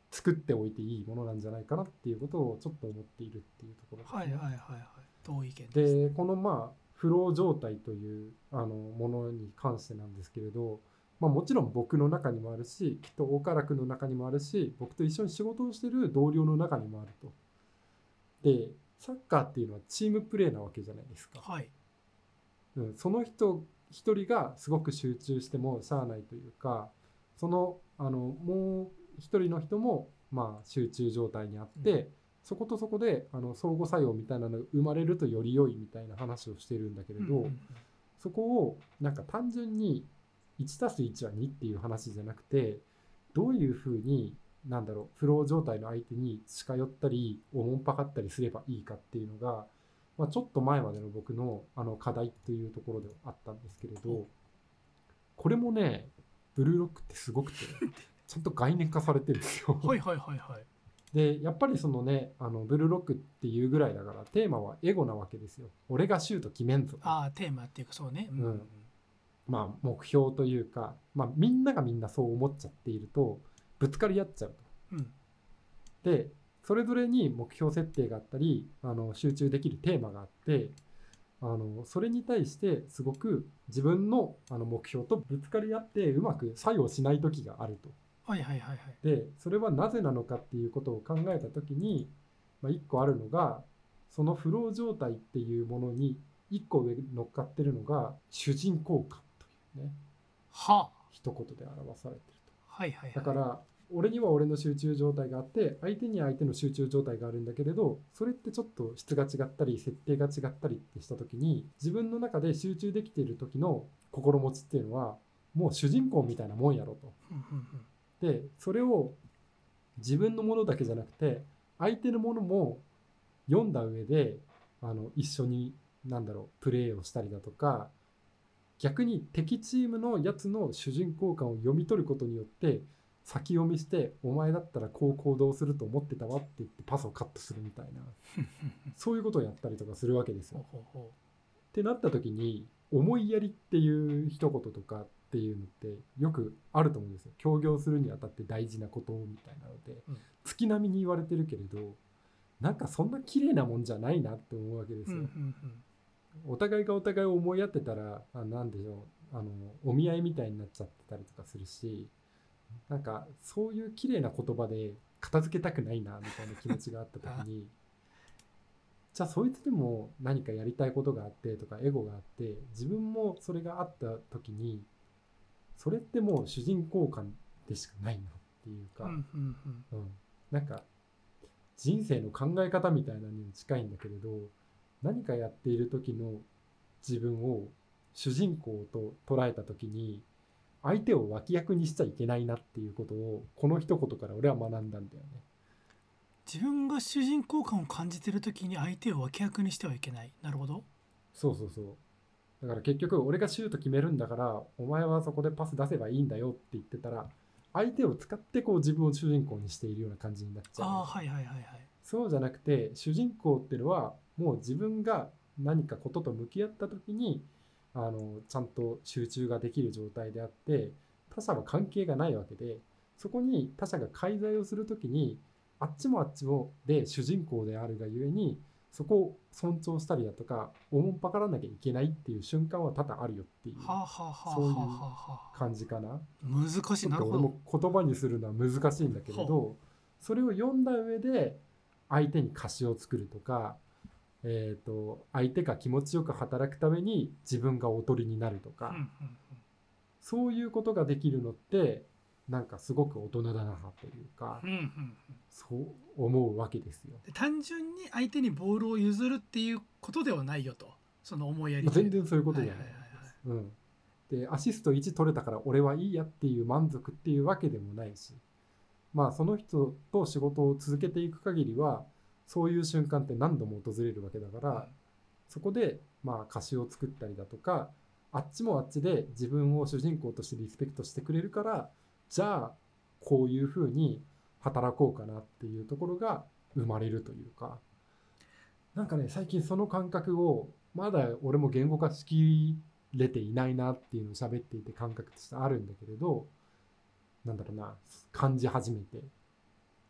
作っておいていいものなんじゃないかなっていうことをちょっと思っているっていうところですね。 はいはいはいはい。同意見です。 でこのまあフロー状態というあのものに関してなんですけれど、まあ、もちろん僕の中にもあるし、きっと岡原君の中にもあるし、僕と一緒に仕事をしている同僚の中にもあると。でサッカーっていうのはチームプレーなわけじゃないですか。 はい。 うん、その人一人がすごく集中してもしゃあないというか、そのあのもう一人の人もまあ集中状態にあって、うん、そことそこであの相互作用みたいなのが生まれるとより良いみたいな話をしているんだけれど、うんうんうん、そこをなんか単純に いちたすいち はにっていう話じゃなくて、どういうふうになんだろうフロー状態の相手に近寄ったりおもんぱかったりすればいいかっていうのが、まあ、ちょっと前までの僕のあの課題というところではあったんですけれど、これもねブルーロックってすごくてちゃんと概念化されてるんですよはいはいはいはい。 でやっぱりそのねあのブルーロックっていうぐらいだからテーマはエゴなわけですよ。俺がシュート決めんぞ。 ああテーマっていうかそうね、うんうん、 まあ目標というか、まあ、みんながみんなそう思っちゃっているとぶつかり合っちゃうと、うん、でそれぞれに目標設定があったりあの集中できるテーマがあって、あのそれに対してすごく自分のあの目標とぶつかり合ってうまく作用しない時があると。 はいはいはいはい。 でそれはなぜなのかっていうことを考えた時に、まあ、いっこあるのがそのフロー状態っていうものにいっこ上乗っかってるのが主人公感というね、 はあ、 一言で表されてると。 はいはいはい、 だから俺には俺の集中状態があって相手には相手の集中状態があるんだけれど、それってちょっと質が違ったり設定が違ったりってした時に自分の中で集中できている時の心持ちっていうのはもう主人公みたいなもんやろと。でそれを自分のものだけじゃなくて相手のものも読んだ上であの一緒になんだろうプレーをしたりだとか、逆に敵チームのやつの主人公感を読み取ることによって先読みしてお前だったらこう行動すると思ってたわって言ってパスをカットするみたいなそういうことをやったりとかするわけですよ。ってなった時に思いやりっていう一言とかっていうのってよくあると思うんですよ。協業するにあたって大事なことみたいなので、うん、月並みに言われてるけれどなんかそんな綺麗なもんじゃないなって思うわけですよ、うんうんうん、お互いがお互いを思い合ってたらあなんでしょうあのお見合いみたいになっちゃってたりとかするし、なんかそういう綺麗な言葉で片付けたくないなみたいな気持ちがあった時にじゃあそいつでも何かやりたいことがあってとかエゴがあって自分もそれがあった時にそれってもう主人公感でしかないなっていうか、うんうんうんうん、なんか人生の考え方みたいなのに近いんだけれど、何かやっている時の自分を主人公と捉えた時に相手を脇役にしちゃいけないなっていうことをこの一言から俺は学んだんだよね。 自分が主人公感を感じてる時に相手を脇役にしてはいけない。なるほど。 そうそうそう。だから結局俺がシュート決めるんだからお前はそこでパス出せばいいんだよって言ってたら相手を使ってこう自分を主人公にしているような感じになっちゃう。 ああはいはいはいはい。 そうじゃなくて主人公っていうのはもう自分が何かことと向き合った時にあのちゃんと集中ができる状態であって他者は関係がないわけで、そこに他者が介在をする時にあっちもあっちもで主人公であるがゆえにそこを尊重したりだとかおもんぱからなきゃいけないっていう瞬間は多々あるよっていう、そういう感じかな。 難しい。なるほど。 俺も言葉にするのは難しいんだけれど、それを読んだ上で相手に貸しを作るとか、えーと、相手が気持ちよく働くために自分がおとりになるとか、うんうんうん、そういうことができるのってなんかすごく大人だなというか、うんうんうん、そう思うわけですよ。 単純に相手にボールを譲るっていうことではないよと、その思いやり。 全然そういうことじゃない。でアシストいち取れたから俺はいいやっていう満足っていうわけでもないし、まあその人と仕事を続けていく限りはそういう瞬間って何度も訪れるわけだから、うん、そこでまあ貸しを作ったりだとか、あっちもあっちで自分を主人公としてリスペクトしてくれるから、じゃあこういうふうに働こうかなっていうところが生まれるというか、なんかね最近その感覚をまだ俺も言語化しきれていないなっていうのを喋っていて感覚としてあるんだけれど、なんだろうな感じ始めて、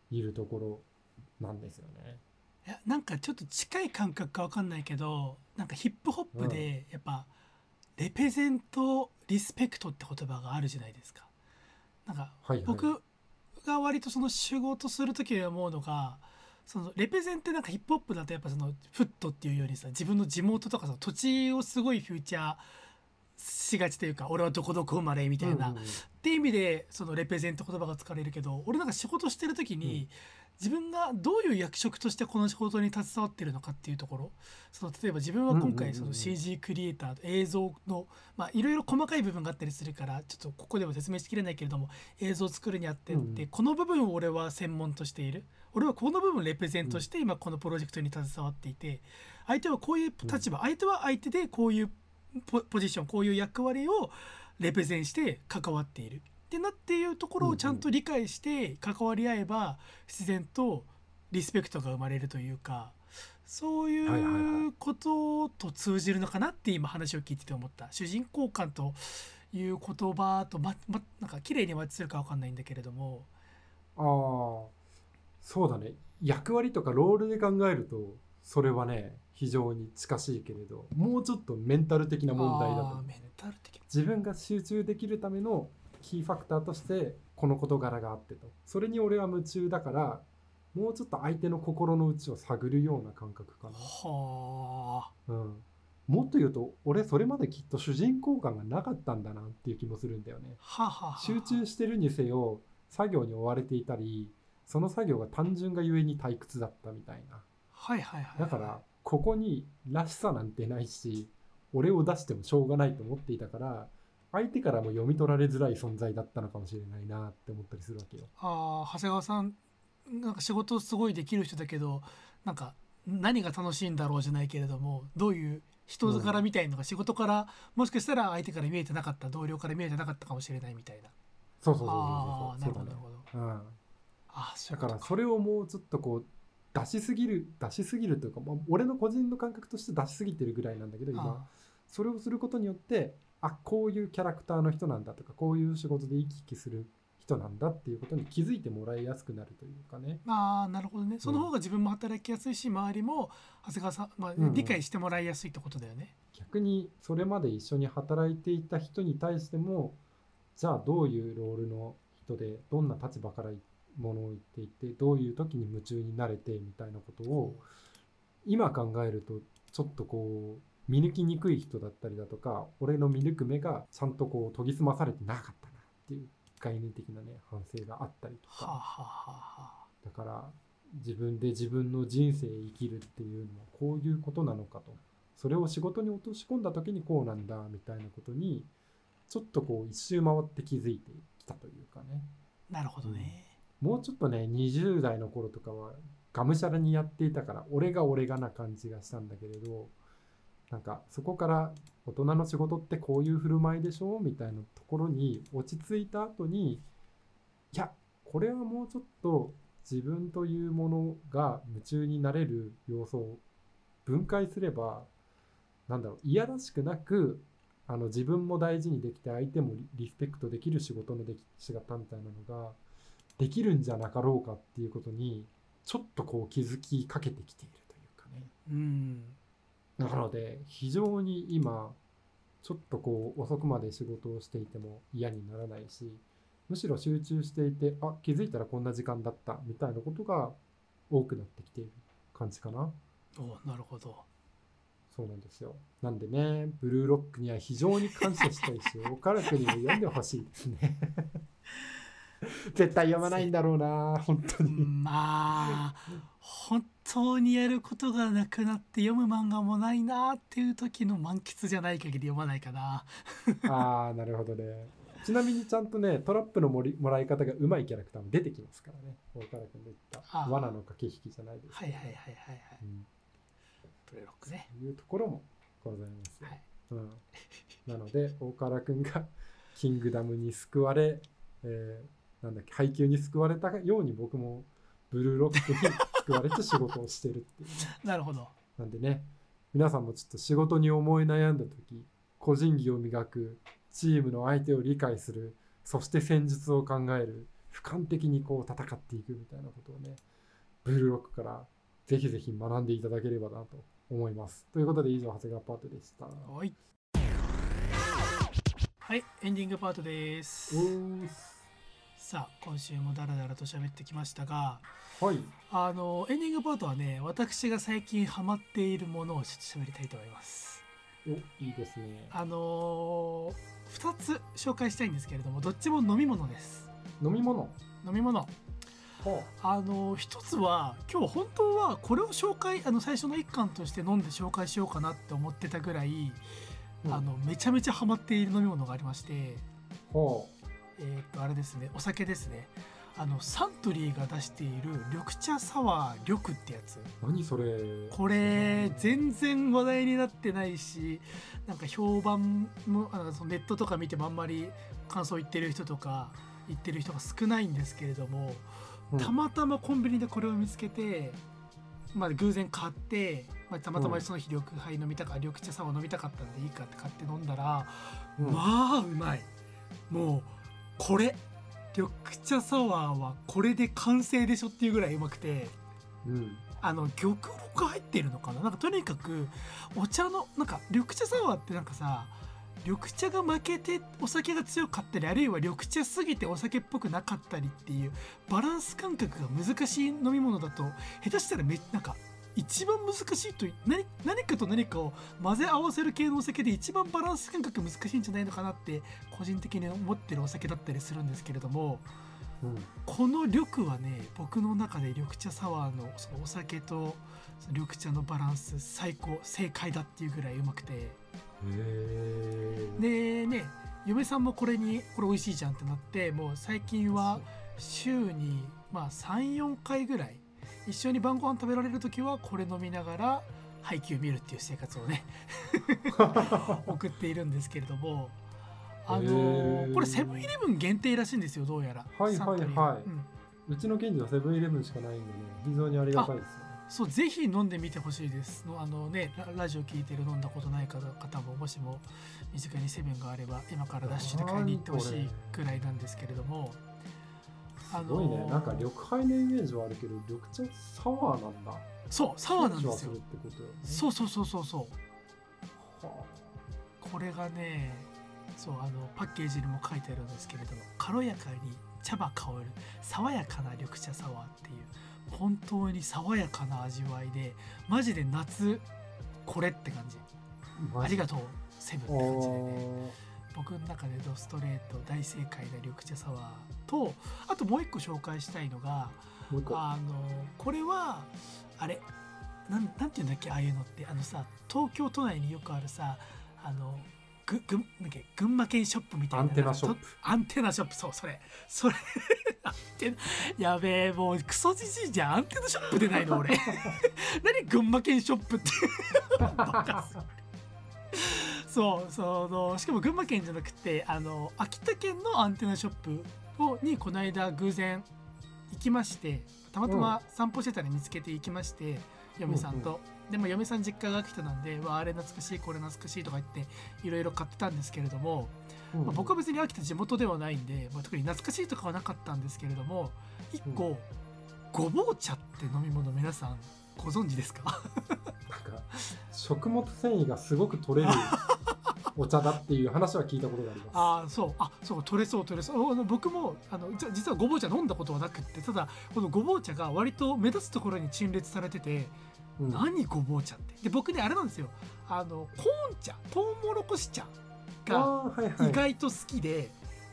いるところなんですよね。 いやなんかちょっと近い感覚か分かんないけど、なんかヒップホップでやっぱレペゼントリスペクトって言葉があるじゃないですか。なんかはいはい。 僕が割とその仕事する時に思うのが、そのレペゼンってなんかヒップホップだとやっぱそのフットっていうよりさ、自分の地元とかその土地をすごいフューチャーしがちというか、俺はどこどこ生まれみたいな、 うんうんうんっていう意味でそのレペゼント言葉が使われるけど、俺なんか仕事してる時に、 うん自分がどういう役職としてこの仕事に携わってるのかっていうところ、その例えば自分は今うんうんうんうん回その シージー クリエイター映像のまあいろいろ細かい部分があったりするからちょっとここでは説明しきれないけれども、映像を作るにあってって、 うんうんこの部分を俺は専門としている、俺はこの部分をレペゼントして今このプロジェクトに携わっていて、相手はこういう立場、相手は相手でこういうポポジション、こういう役割をレペゼンして関わっているってなっていうところをちゃんと理解して関わり合えば自然とリスペクトが生まれるというか、そうはいはいはいうことと通じるのかなって今話を聞いてて思った。主人公感という言葉とままなんか綺麗にマッチするか分かんないんだけれども、 ああ、そうだね。役割とかロールで考えると、それはね、非常に近しいけれど、もうちょっとメンタル的な問題だと思うね。 あーメンタル的な、 自分が集中できるためのキーファクターとしてこの事柄があってと、それに俺は夢中だから、もうちょっと相手の心の内を探るような感覚かはな。うん。もっと言うと、俺それまできっと主人公感がなかったんだなっていう気もするんだよね。 あはあはあはあ集中してるにせよ、作業に追われていたり、その作業が単純がゆえに退屈だったみたいな。 はいはいはい、 だからここにらしさなんてないし、俺を出してもしょうがないと思っていたから、相手からも読み取られづらい存在だったのかもしれないなって思ったりするわけよ。 あー長谷川さんなんか仕事すごいできる人だけど、なんか何が楽しいんだろうじゃないけれども、どういう人柄みたいのが仕事からもしかしたら相手から見えてなかった、同僚から見えてなかったかもしれないみたいな。 そうそうそうそうああ、 そう。 なるほどなるほど。 そうだね。うん。 あそうだかいうことか。 らそれをもうちょっとこう出しすぎる出しすぎるというか、まあ、俺の個人の感覚として出しすぎてるぐらいなんだけど、今あそれをすることによって、あ、こういうキャラクターの人なんだとか、こういう仕事で生き生きする人なんだっていうことに気づいてもらいやすくなるというかね。 あーなるほどね。その方が自分も働きやすいし、周りも長谷川さん、まあうんうん理解してもらいやすいってことだよね。 逆にそれまで一緒に働いていた人に対しても、じゃあどういうロールの人でどんな立場からものを言っていて、どういう時に夢中になれてみたいなことを今考えるとちょっとこう見抜きにくい人だったりだとか、俺の見抜く目がちゃんとこう研ぎ澄まされてなかったなっていう概念的なね反省があったりとはあ、はか、 あはあ、 だから自分で自分の人生生きるっていうのはこういうことなのかと、それを仕事に落とし込んだ時にこうなんだみたいなことにちょっとこう一周回って気づいてきたというかね。 なるほどね。 もうちょっとねにじゅう代の頃とかはがむしゃらにやっていたから俺が俺がな感じがしたんだけれど、なんかそこから大人の仕事ってこういう振る舞いでしょみたいなところに落ち着いた後に、いやこれはもうちょっと自分というものが夢中になれる要素を分解すれば、なんだろう、いやらしくなくあの自分も大事にできて相手もリスペクトできる仕事のでき仕方みたいなのができるんじゃなかろうかっていうことにちょっとこう気づきかけてきているというかね。 うんなので非常に今ちょっとこう遅くまで仕事をしていても嫌にならないし、むしろ集中していて、あ、気づいたらこんな時間だったみたいなことが多くなってきている感じかな。 おなるほど。 そうなんですよ。なんでね、ブルーロックには非常に感謝したいし、岡田君にも読んでほしいですね。絶対読まないんだろうな、本当に。 まあ本当にやることがなくなって読む漫画もないなっていう時の満喫じゃない限り読まないかな。 ああ、なるほどね。ちなみにちゃんとね、トラップのもりもらい方がうまいキャラクターも出てきますからね。大原君で言ったあー罠の駆け引きじゃないですけど、 はいはいはいはいはい。 うん、 プレロックね。 そういうところもございますよ。 はい。 うん、なので大原君がキングダムに救われ、えー、なんだっけ配給に救われたように僕もブルーロックに救われて仕事をしてるっていう、ね、 なるほど。 なんでね、皆さんもちょっと仕事に思い悩んだ時、個人技を磨く、チームの相手を理解する、そして戦術を考える、 俯瞰的にこう戦っていくみたいなことをね、ブルーロックからぜひぜひ学んでいただければなと思います。ということで以上長谷川パートでした。 はい、はい、エンディングパートです。さあ今週もダラダラと喋ってきましたが、 はい、 あのエンディングパートはね、私が最近ハマっているものをちょっと喋りたいと思います。 お、いいですね。 あのふたつ紹介したいんですけれども、どっちも飲み物です。 飲み物飲み物あの一つは今日本当はこれを紹介、あの最初の一環として飲んで紹介しようかなって思ってたぐらい、うん、あのめちゃめちゃハマっている飲み物がありまして、 ほうえー、とあれですね、お酒ですね。あのサントリーが出している緑茶サワー緑ってやつ。 何それ。 これ全然話題になってないし、なんか評判もあのネットとか見てもあんまり感想言ってる人とか言ってる人が少ないんですけれども、たまたまコンビニでこれを見つけて、まあ、偶然買って、まあ、たまたまその日緑杯飲みたか緑茶サワー飲みたかったんでいいかって買って飲んだら、うん、まあうまい。もうこれ緑茶サワーはこれで完成でしょっていうぐらいうまくて、うん、あの玉露が入ってるのかな、なんかとにかくお茶のなんか緑茶サワーってなんかさ、緑茶が負けてお酒が強かったり、あるいは緑茶すぎてお酒っぽくなかったりっていうバランス感覚が難しい飲み物だと、下手したらめなんか一番難しいと 何, 何かと何かを混ぜ合わせる系のお酒で一番バランス感覚難しいんじゃないのかなって個人的に思ってるお酒だったりするんですけれども、うん、この緑はね、僕の中で緑茶サワー の, そのお酒とその緑茶のバランス最高正解だっていうぐらいうまくて、でね、嫁さんもこれにこれ美味しいじゃんってなって、もう最近は週にまあ さん,よん 回ぐらい一緒に晩ご飯食べられる時はこれ飲みながら配給見るっていう生活をね送っているんですけれども、あのこれセブンイレブン限定らしいんですよ、どうやら。 はいはいはい、うん、うちの県ではセブンイレブンしかないんでね、非常にありがたいですよね。 そう、ぜひ飲んでみてほしいです。あのね、ラ, ラジオ聞いてる飲んだことない方ももしも身近にセブンがあれば今からダッシュで買いに行ってほしいくらいなんですけれども、 あのー、すごいね。なんか緑杯のイメージはあるけど緑茶サワーなんだ。 そう、サワーなんですよ。 するってことよね。 そうそうそうそうそう、はあ、これがね、そう、あのパッケージにも書いてあるんですけれども、軽やかに茶葉香る爽やかな緑茶サワーっていう本当に爽やかな味わいで、マジで夏これって感じ。ありがとうセブンって感じでね、僕の中でドストレート大正解な緑茶サワーと、あともう一個紹介したいのが、あのこれはあれなん、なんていうんだっけ、ああいうのって、あのさ、東京都内によくあるさ、あのぐぐなんか群馬県ショップみたいな、 アンテナショップアンテナショップ、そう、それそれアンテナ、やべえ、もうクソじじいじゃん。アンテナショップでないの俺何群馬県ショップってバカすそう、そのしかも群馬県じゃなくて、あの秋田県のアンテナショップをにこの間偶然行きまして、たまたま散歩してたら見つけて行きまして、うん、嫁さんと、うんうん、でも嫁さん実家が秋田なんで、わあれ懐かしいこれ懐かしいとか言っていろいろ買ってたんですけれども、うんうん、まあ、僕は別に秋田地元ではないんで、まあ、特に懐かしいとかはなかったんですけれども、一個、うん、ごぼう茶って飲み物皆さんご存知ですか？ なんか食物繊維がすごく取れるお茶だっていう話は聞いたことがあります。 ああ、そう、あ、そう、取れそう取れそう。あの僕もあの実はごぼう茶飲んだことはなくって、ただこのごぼう茶が割と目立つところに陳列されてて、うん、何ごぼう茶ってで、僕ねあれなんですよ、あのコーン茶、トウモロコシ茶が意外と好きで、はいはい、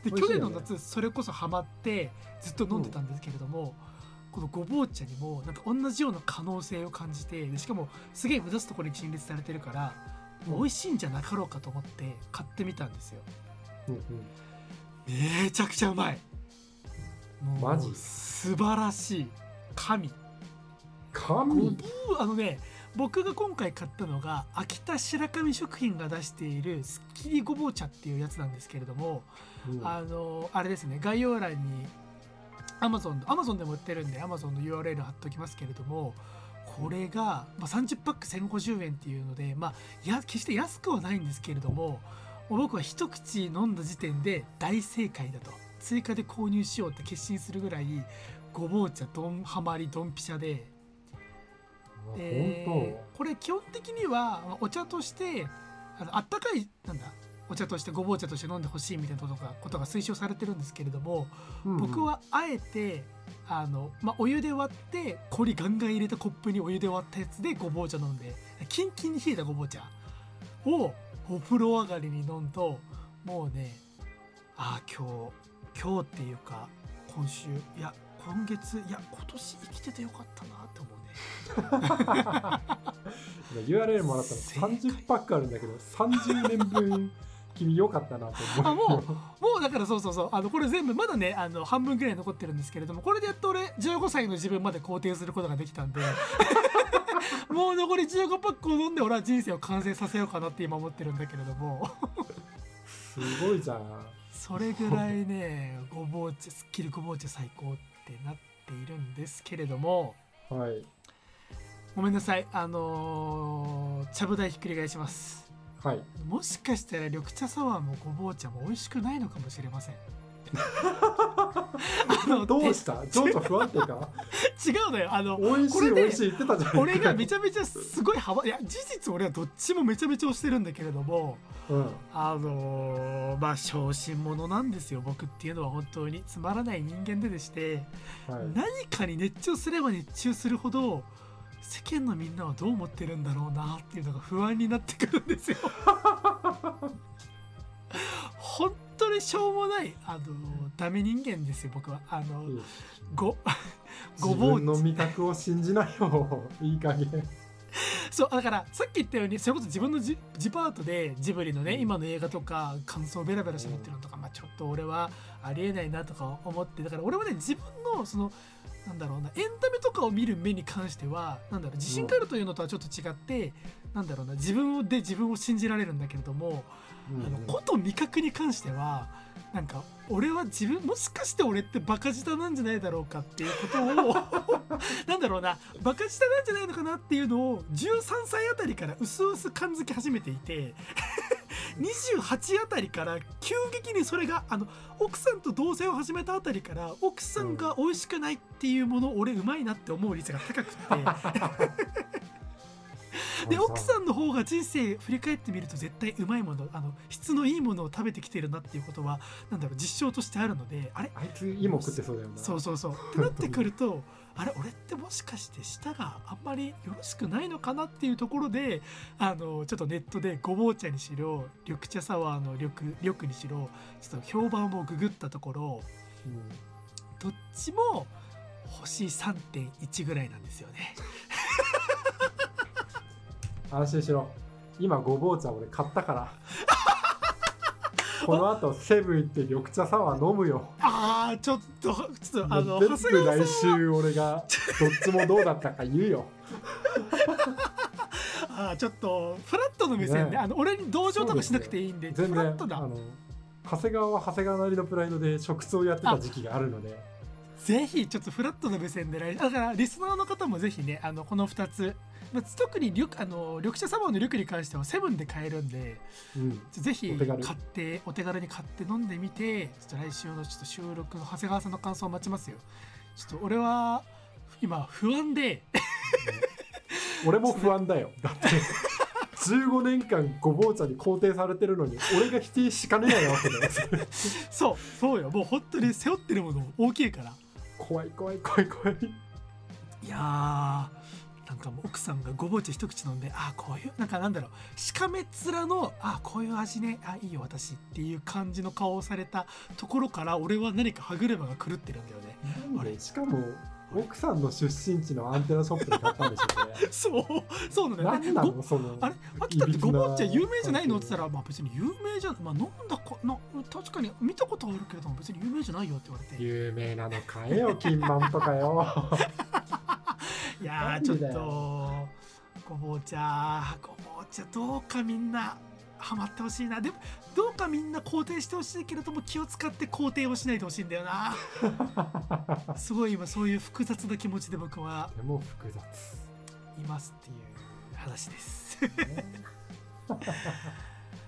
で去年の夏それこそハマってずっと飲んでたんですけれども、うん、このごぼう茶にもなんか同じような可能性を感じて、でしかもすげえ目立つところに陳列されてるから、うん、美味しいんじゃなかろうかと思って買ってみたんですよ、うんうん、めちゃくちゃうまい。もうマジ素晴らしい。神神あのね、僕が今回買ったのが秋田白神食品が出しているすっきりごぼう茶っていうやつなんですけれども、うん、あのあれですね、概要欄に Amazon, Amazon でも売ってるんで Amazon の ユーアールエル 貼っておきますけれども、これが、まあ、さんじゅっパックせんごじゅうえんっていうので、まあ、や決して安くはないんですけれども、僕は一口飲んだ時点で大正解だと、 追加で購入しようって決心するぐらいごぼう茶ドンハマりドンピシャで、でこれ基本的にはお茶としてあのあったかいなんだお茶としてごぼう茶として飲んでほしいみたいなことがことが推奨されてるんですけれども、うんうん、僕はあえてあの、まあ、お湯で割って氷ガンガン入れたコップにお湯で割ったやつでごぼう茶飲んでキンキンに冷えたごぼう茶をお風呂上がりに飲むともうねああ今日今日っていうか今週いや今月いや今年生きててよかったなって思うねユーアールエル もらったのさんじゅうパックあるんだけどさんじゅうねんぶん君よかったなと思う。 あもうもうだからそうそうそうあのこれ全部まだねあの半分くらい残ってるんですけれどもこれでやっと俺じゅうごさいの自分まで肯定することができたんでもう残りじゅうごパックを飲んで俺は人生を完成させようかなって今思ってるんだけれどもすごいじゃん。 それぐらいねごぼう茶すっきりごぼう茶最高ってなっているんですけれども、 はい、 ごめんなさいあのー、茶ぶ台ひっくり返します。 はい、 もしかしたら緑茶サワーもごぼう茶も美味しくないのかもしれませんあのどうしたちょっと不安定か違うのよあの美味しい美味しい言ってたじゃん。 俺がめちゃめちゃすごい幅いや事実俺はどっちもめちゃめちゃ推してるんだけれども、うん、あのー、まあ小心者なんですよ僕っていうのは。本当につまらない人間ででして、はい、何かに熱中すれば熱中するほど世間のみんなはどう思ってるんだろうなっていうのが不安になってくるんですよ本当にしょうもないあのダメ人間ですよ僕は。あの、うん、ごごぼう自分の味覚を信じないよいい加減。 そうだからさっき言ったようにそれこそ自分の ジ, ジパートでジブリのね、うん、今の映画とか感想をベラベラしゃべってるのとか、うんまあ、ちょっと俺はありえないなとか思ってだから俺はね自分のそのなんだろうなエンタメとかを見る目に関してはなんだろう自信があるというのとはちょっと違って、うん、なんだろうな自分で自分を信じられるんだけれども、うん、あのこと味覚に関してはなんか俺は自分もしかして俺ってバカ舌なんじゃないだろうかっていうことをなんだろうなバカ舌なんじゃないのかなっていうのをじゅうさんさいあたりからうすうす感づき始めていてにじゅうはちあたりから急激にそれがあの奥さんと同棲を始めたあたりから奥さんが美味しくないっていうものを俺うまいなって思う率が高くてで奥さんの方が人生振り返ってみると絶対うまいものあの質のいいものを食べてきてるなっていうことはなんだろう実証としてあるのであれあいつ芋食ってそうだよな。 そうそうそうってなってくるとあれ俺ってもしかして舌があんまりよろしくないのかなっていうところであのちょっとネットでごぼう茶にしろ緑茶サワーの緑緑にしろちょっと評判をググったところ、うん、どっちも星 さんてんいち ぐらいなんですよね安心しろ今ごぼう茶俺買ったからこの後セブン行って緑茶サワー飲むよ。 あーちょっとちょっとあの全部来週俺がどっちもどうだったか言うよあーちょっとフラットの目線で、ね、あの俺に同情とかしなくていいんで全然フラットだ。 あの長谷川は長谷川なりのプライドで食通をやってた時期があるのでぜひちょっとフラットの目線でだからリスナーの方もぜひねあのこのふたつ、まあ、特に緑あの緑茶サワーの緑に関してはセブンで買えるんで、うん、ぜひ買ってお手軽に買って飲んでみてちょっと来週のちょっと収録の長谷川さんの感想を待ちますよ。ちょっと俺は今不安で俺も不安だよだってじゅうごねんかんごぼう茶に肯定されてるのに俺が否定しかねないわけだよそうそうよもう本当に背負ってるもの大きいから怖い怖い怖い怖い。 いやーなんかもう奥さんがごぼう茶一口飲んであこういうなんかなんだろうしかめ面のあこういう味ねあいいよ私っていう感じの顔をされたところから俺は何か歯車が狂ってるんだよね。 あれしかも奥さんの出身地のアンテナショップで買ったんでしょこれそうそうなんだよね。 何なのそのあれ秋田ってごぼう茶有名じゃないのって言ったらまあ別に有名じゃんまあ飲んだこな確かに見たことあるけれども別に有名じゃないよって言われて有名なの買えよ金満とかよいやーちょっとごぼう茶ごぼう茶どうかみんなハマってほしいな。でもどうかみんな肯定してほしいけれども気を使って肯定をしないでほしいんだよなすごい今そういう複雑な気持ちで僕はでも複雑いますっていう話です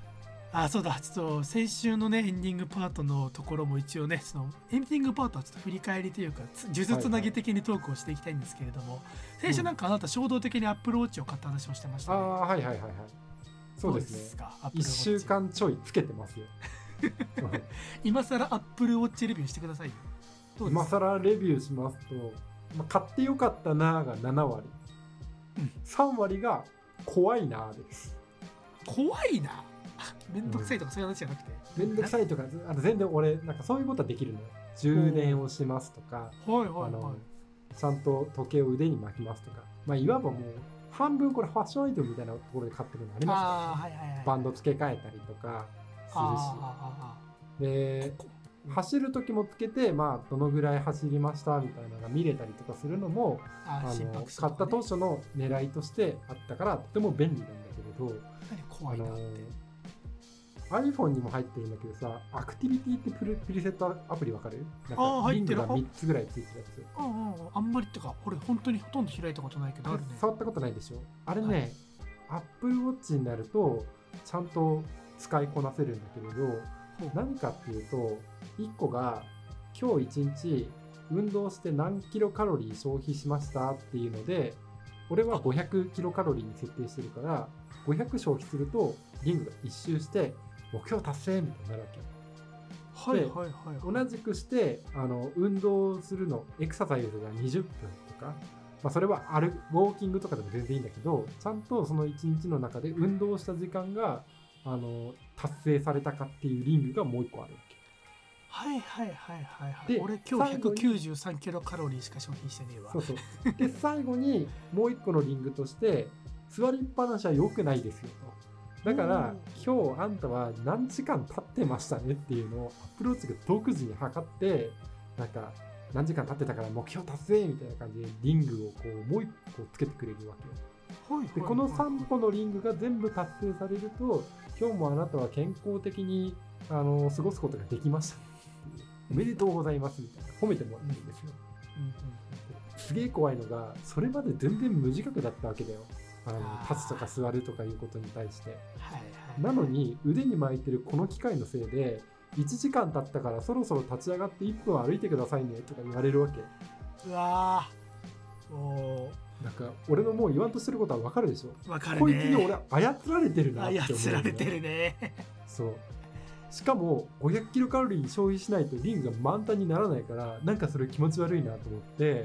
あ、そうだ、ちょっと先週のねエンディングパートのところも一応ね、そのエンディングパートはちょっと振り返りというか呪術つなぎ的にトークをしていきたいんですけれども、はいはい、先週なんかあなた衝動的にアップルウォッチを買った話をしてましたね。 ああ、はいはいはいはい。そうですね。いっしゅうかんちょいつけてますよ。 今更アップルウォッチレビューしてくださいよ。 今更レビューしますと、まあ、買ってよかったながななわり、うん、さんわりが怖いなです。 怖いな、めんどくさいとかそういう話じゃなくて、 めんどくさいとか、あの全然俺なんかそういうことはできるのよ。充電をしますとか、 はいはいはい、あのちゃんと時計を腕に巻きますとか、まあ、いわばもう半分これファッションアイテムみたいなところで買ってるのありますから、ね、はいはいはい、バンド付け替えたりとかするし、で走る時もつけて、まあ、どのぐらい走りましたみたいなのが見れたりとかするのも、ああの、ね、買った当初の狙いとしてあったからとても便利なんだけれど、 怖いなって、 あの iPhone にも入ってるんだけどさ、アクティビティってプリ、プリセットアプリわかる？なんかリングがみっつぐらいついてるやつ。 ああ、あんまりってか俺本当にほとんど開いたことないけどあるね。 触ったことないでしょ。あれね、はい、Apple Watch になるとちゃんと使いこなせるんだけれど、何かっていうといっこが今日いちにち運動して何キロカロリー消費しましたっていうので、俺はごひゃくキロカロリーに設定してるからごひゃく消費するとリングが一周して目標達成みたいになるわけ。 はいはいはい、はい、 同じくしてあの運動するのエクササイズがにじゅっぷんとか、まあ、それは歩ウォーキングとかでも全然いいんだけど、ちゃんとそのいちにちの中で運動した時間があの達成されたかっていうリングがもういっこあるわけ。 はいはいはいはいはい。で俺今日ひゃくきゅうじゅうさんキロカロリーしか消費してねえわ。 そうそう。で最後にもういっこのリングとして座りっぱなしは良くないですよと。だから今日あんたは何時間経ってましたねっていうのをアップルウォッチが独自に測って、なんか何時間経ってたから目標達成みたいな感じでリングをこうもういっこつけてくれるわけよ。でこのさんこのリングが全部達成されると、今日もあなたは健康的にあの過ごすことができましたっていう、おめでとうございますみたいな褒めてもらってるんですよ。うんうんうん、すげえ怖いのが、それまで全然無自覚だったわけだよ。あの立つとか座るとかいうことに対して、はいはい、なのに腕に巻いてるこの機械のせいでいちじかん経ったからそろそろ立ち上がっていっぷん歩いてくださいねとか言われるわけ。 うわー、おー、なんか俺のもう言わんとしてることは分かるでしょ。 分かるね。 こいつに俺操られてるなって思う、ね、 操られてるね。 そうしかもごひゃくキロカロリー消費しないとリングが満タンにならないから、なんかそれ気持ち悪いなと思って、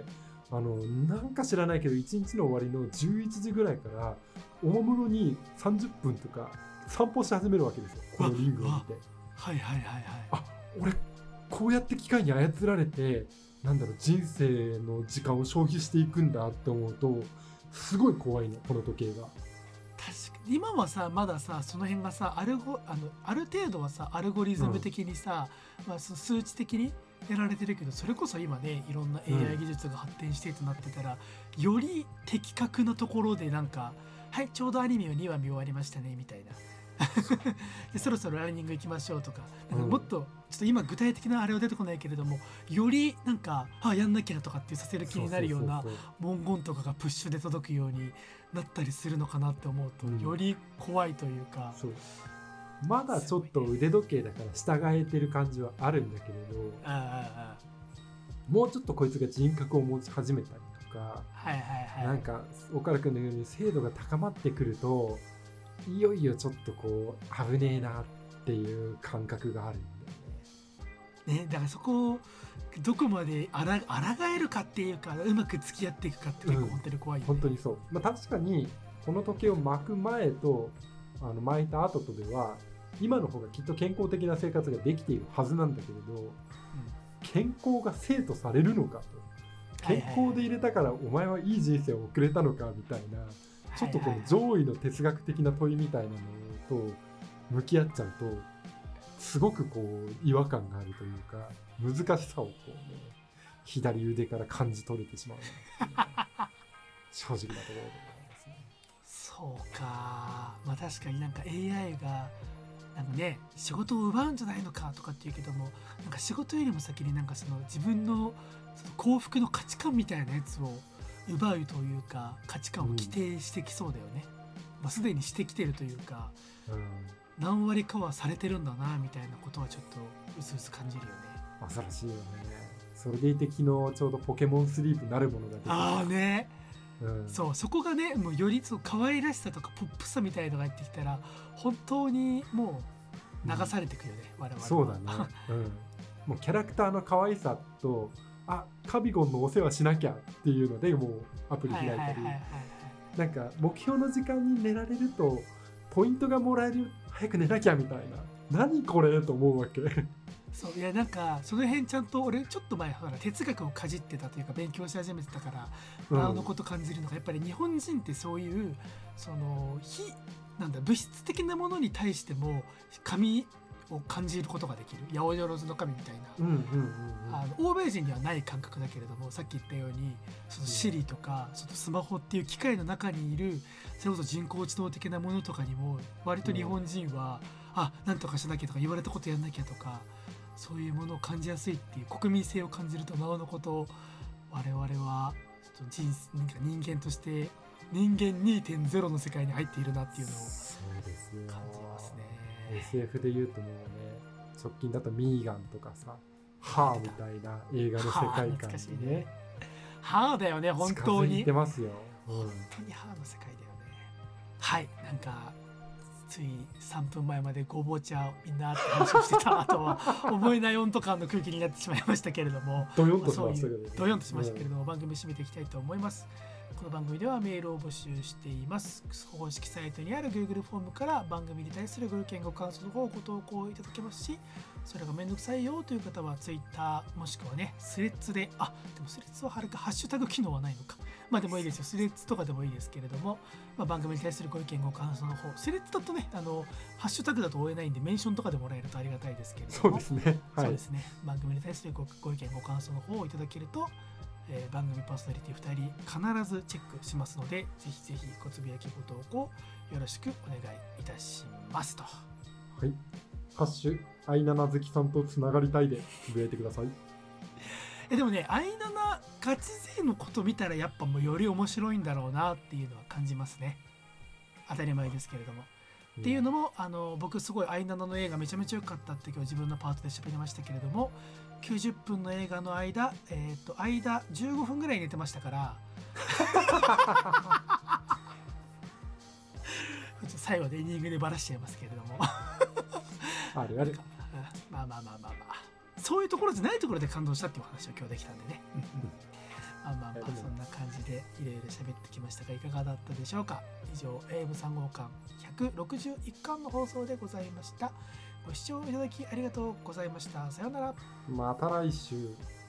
あのなんか知らないけどいちにちの終わりのじゅういちじぐらいからおもむろにさんじゅっぷんとか散歩し始めるわけですよ、このリングを見て。 はいはいはいはい。 あ、俺こうやって機械に操られてなんだろう人生の時間を消費していくんだって思うとすごい怖いの、この時計が。 確かに今はさまださその辺がさアルゴあのある程度はさアルゴリズム的にさ、うん、まあ、数値的にやられてるけど、それこそ今ねいろんな エーアイ 技術が発展してとなってたら、うん、より的確なところでなんかはいちょうどアニメをにわ見終わりましたねみたいなでそろそろランニング行きましょうとか、なんかもっとちょっと今具体的なあれは出てこないけれども、よりなんかあやんなきゃとかってさせる気になるような文言とかがプッシュで届くようになったりするのかなって思うと、うん、より怖いというか。 そうまだちょっと腕時計だから従えてる感じはあるんだけれど、ああもうちょっとこいつが人格を持ち始めたりとか、はいはいはい、なんか岡田君のように精度が高まってくるといよいよちょっとこう危ねえなっていう感覚があるんだよね。 ね、だからそこをどこまであら抗えるかっていうかうまく付き合っていくかって結構本当に怖いよね、 うん、本当にそう、まあ、確かにこの時計を巻く前とあの巻いた後とでは今の方がきっと健康的な生活ができているはずなんだけれど、うん、健康が生徒されるのかと、健康で入れたからお前はいい人生を送れたのかみたいな、ちょっとこの上位の哲学的な問いみたいなのと向き合っちゃうとすごくこう違和感があるというか難しさをこう、ね、左腕から感じ取れてしまうな正直なところでございますね。 そうか、まあ確かになんか エーアイ がなんかね仕事を奪うんじゃないのかとかって言うけども、なんか仕事よりも先になんかその自分のその幸福の価値観みたいなやつを奪うというか価値観を規定してきそうだよね、うん、まあ、すでにしてきてるというか、 うん、 何割かはされてるんだなみたいなことはちょっとうすうす感じるよね。 恐ろしいよね。それでいて昨日ちょうどポケモンスリープなるものが出てた。 ああね、 うん、 そうそこがねもうよりその可愛らしさとかポップさみたいのが入ってきたら本当にもう流されていくよね、うん、我々は。 そうだね、うん、もうキャラクターの可愛さとあカビゴンのお世話しなきゃっていうのでもうアプリ開いたり、なんか目標の時間に寝られるとポイントがもらえる、早く寝なきゃみたいな、何これと思うわけ。 そういやなんかその辺ちゃんと俺ちょっと前ほら哲学をかじってたというか勉強し始めてたからなおのこと感じるのが、やっぱり日本人ってそういうその非なんだ物質的なものに対しても神を感じることができる、八百万の神みたいな、 うんうんうんうん、 あの欧米人にはない感覚だけれども、さっき言ったようにそのシリとか、うん、そのスマホっていう機械の中にいるそれこそ人工知能的なものとかにも割と日本人は、うん、あなんとかしなきゃとか言われたことやんなきゃとかそういうものを感じやすいっていう国民性を感じるとなおのことを我々はちょっと 人, なんか人間として人間 にてんゼロ の世界に入っているなっていうのを感じますね。 エスエフ で言うともうね直近だとミーガンとかさハーみたいな映画の世界観にねハーだよね本当に近づいてますよ、 うん、本当にハーの世界だよね。はいなんかついさんぷんまえまでごぼう茶をみんなって話をしてた後は思えない温度感の空気になってしまいましたけれどもドヨンとしましたけど、ね、 ドヨンとしましたけれども、うん、番組締めていきたいと思います。この番組ではメールを募集しています。公式サイトにある Google フォームから番組に対するご意見ご感想の方をご投稿いただけますし、それがめんどくさいよという方は Twitter もしくはねスレッズで、あでもスレッズははるかハッシュタグ機能はないのか、まあでもいいですよ、スレッズとかでもいいですけれども、まあ、番組に対するご意見ご感想の方、スレッズだとねあのハッシュタグだと追えないんでメンションとかでもらえるとありがたいですけれども、 そうですね、 はい、そうですね、番組に対する ご, ご意見ご感想の方をいただけると、えー、番組パーソナリティふたり必ずチェックしますので、ぜひぜひごつぶやきご投稿よろしくお願いいたしますと。 はい、ハッシュアイナナ好きさんとつながりたいでつぶやいてください。 えでもねアイナナガチ勢のこと見たらやっぱもうより面白いんだろうなっていうのは感じますね。当たり前ですけれども、うん、っていうのもあの僕すごいアイナナの映画めちゃめちゃ良かったって今日自分のパートで喋りましたけれども、きゅうじゅっぷんの映画の間、えー、と間じゅうごふんぐらい寝てましたから最後でエンディングでバラしちゃいますけれどもあるあるまあまあまあまあまあそういうところじゃないところで感動したっていうお話を今日できたんでねまあまあまあそんな感じでいろいろ喋ってきましたがいかがだったでしょうか。以上エイブさん号館ひゃくろくじゅういっかんの放送でございました。ご視聴いただきありがとうございました。さようなら。 また来週。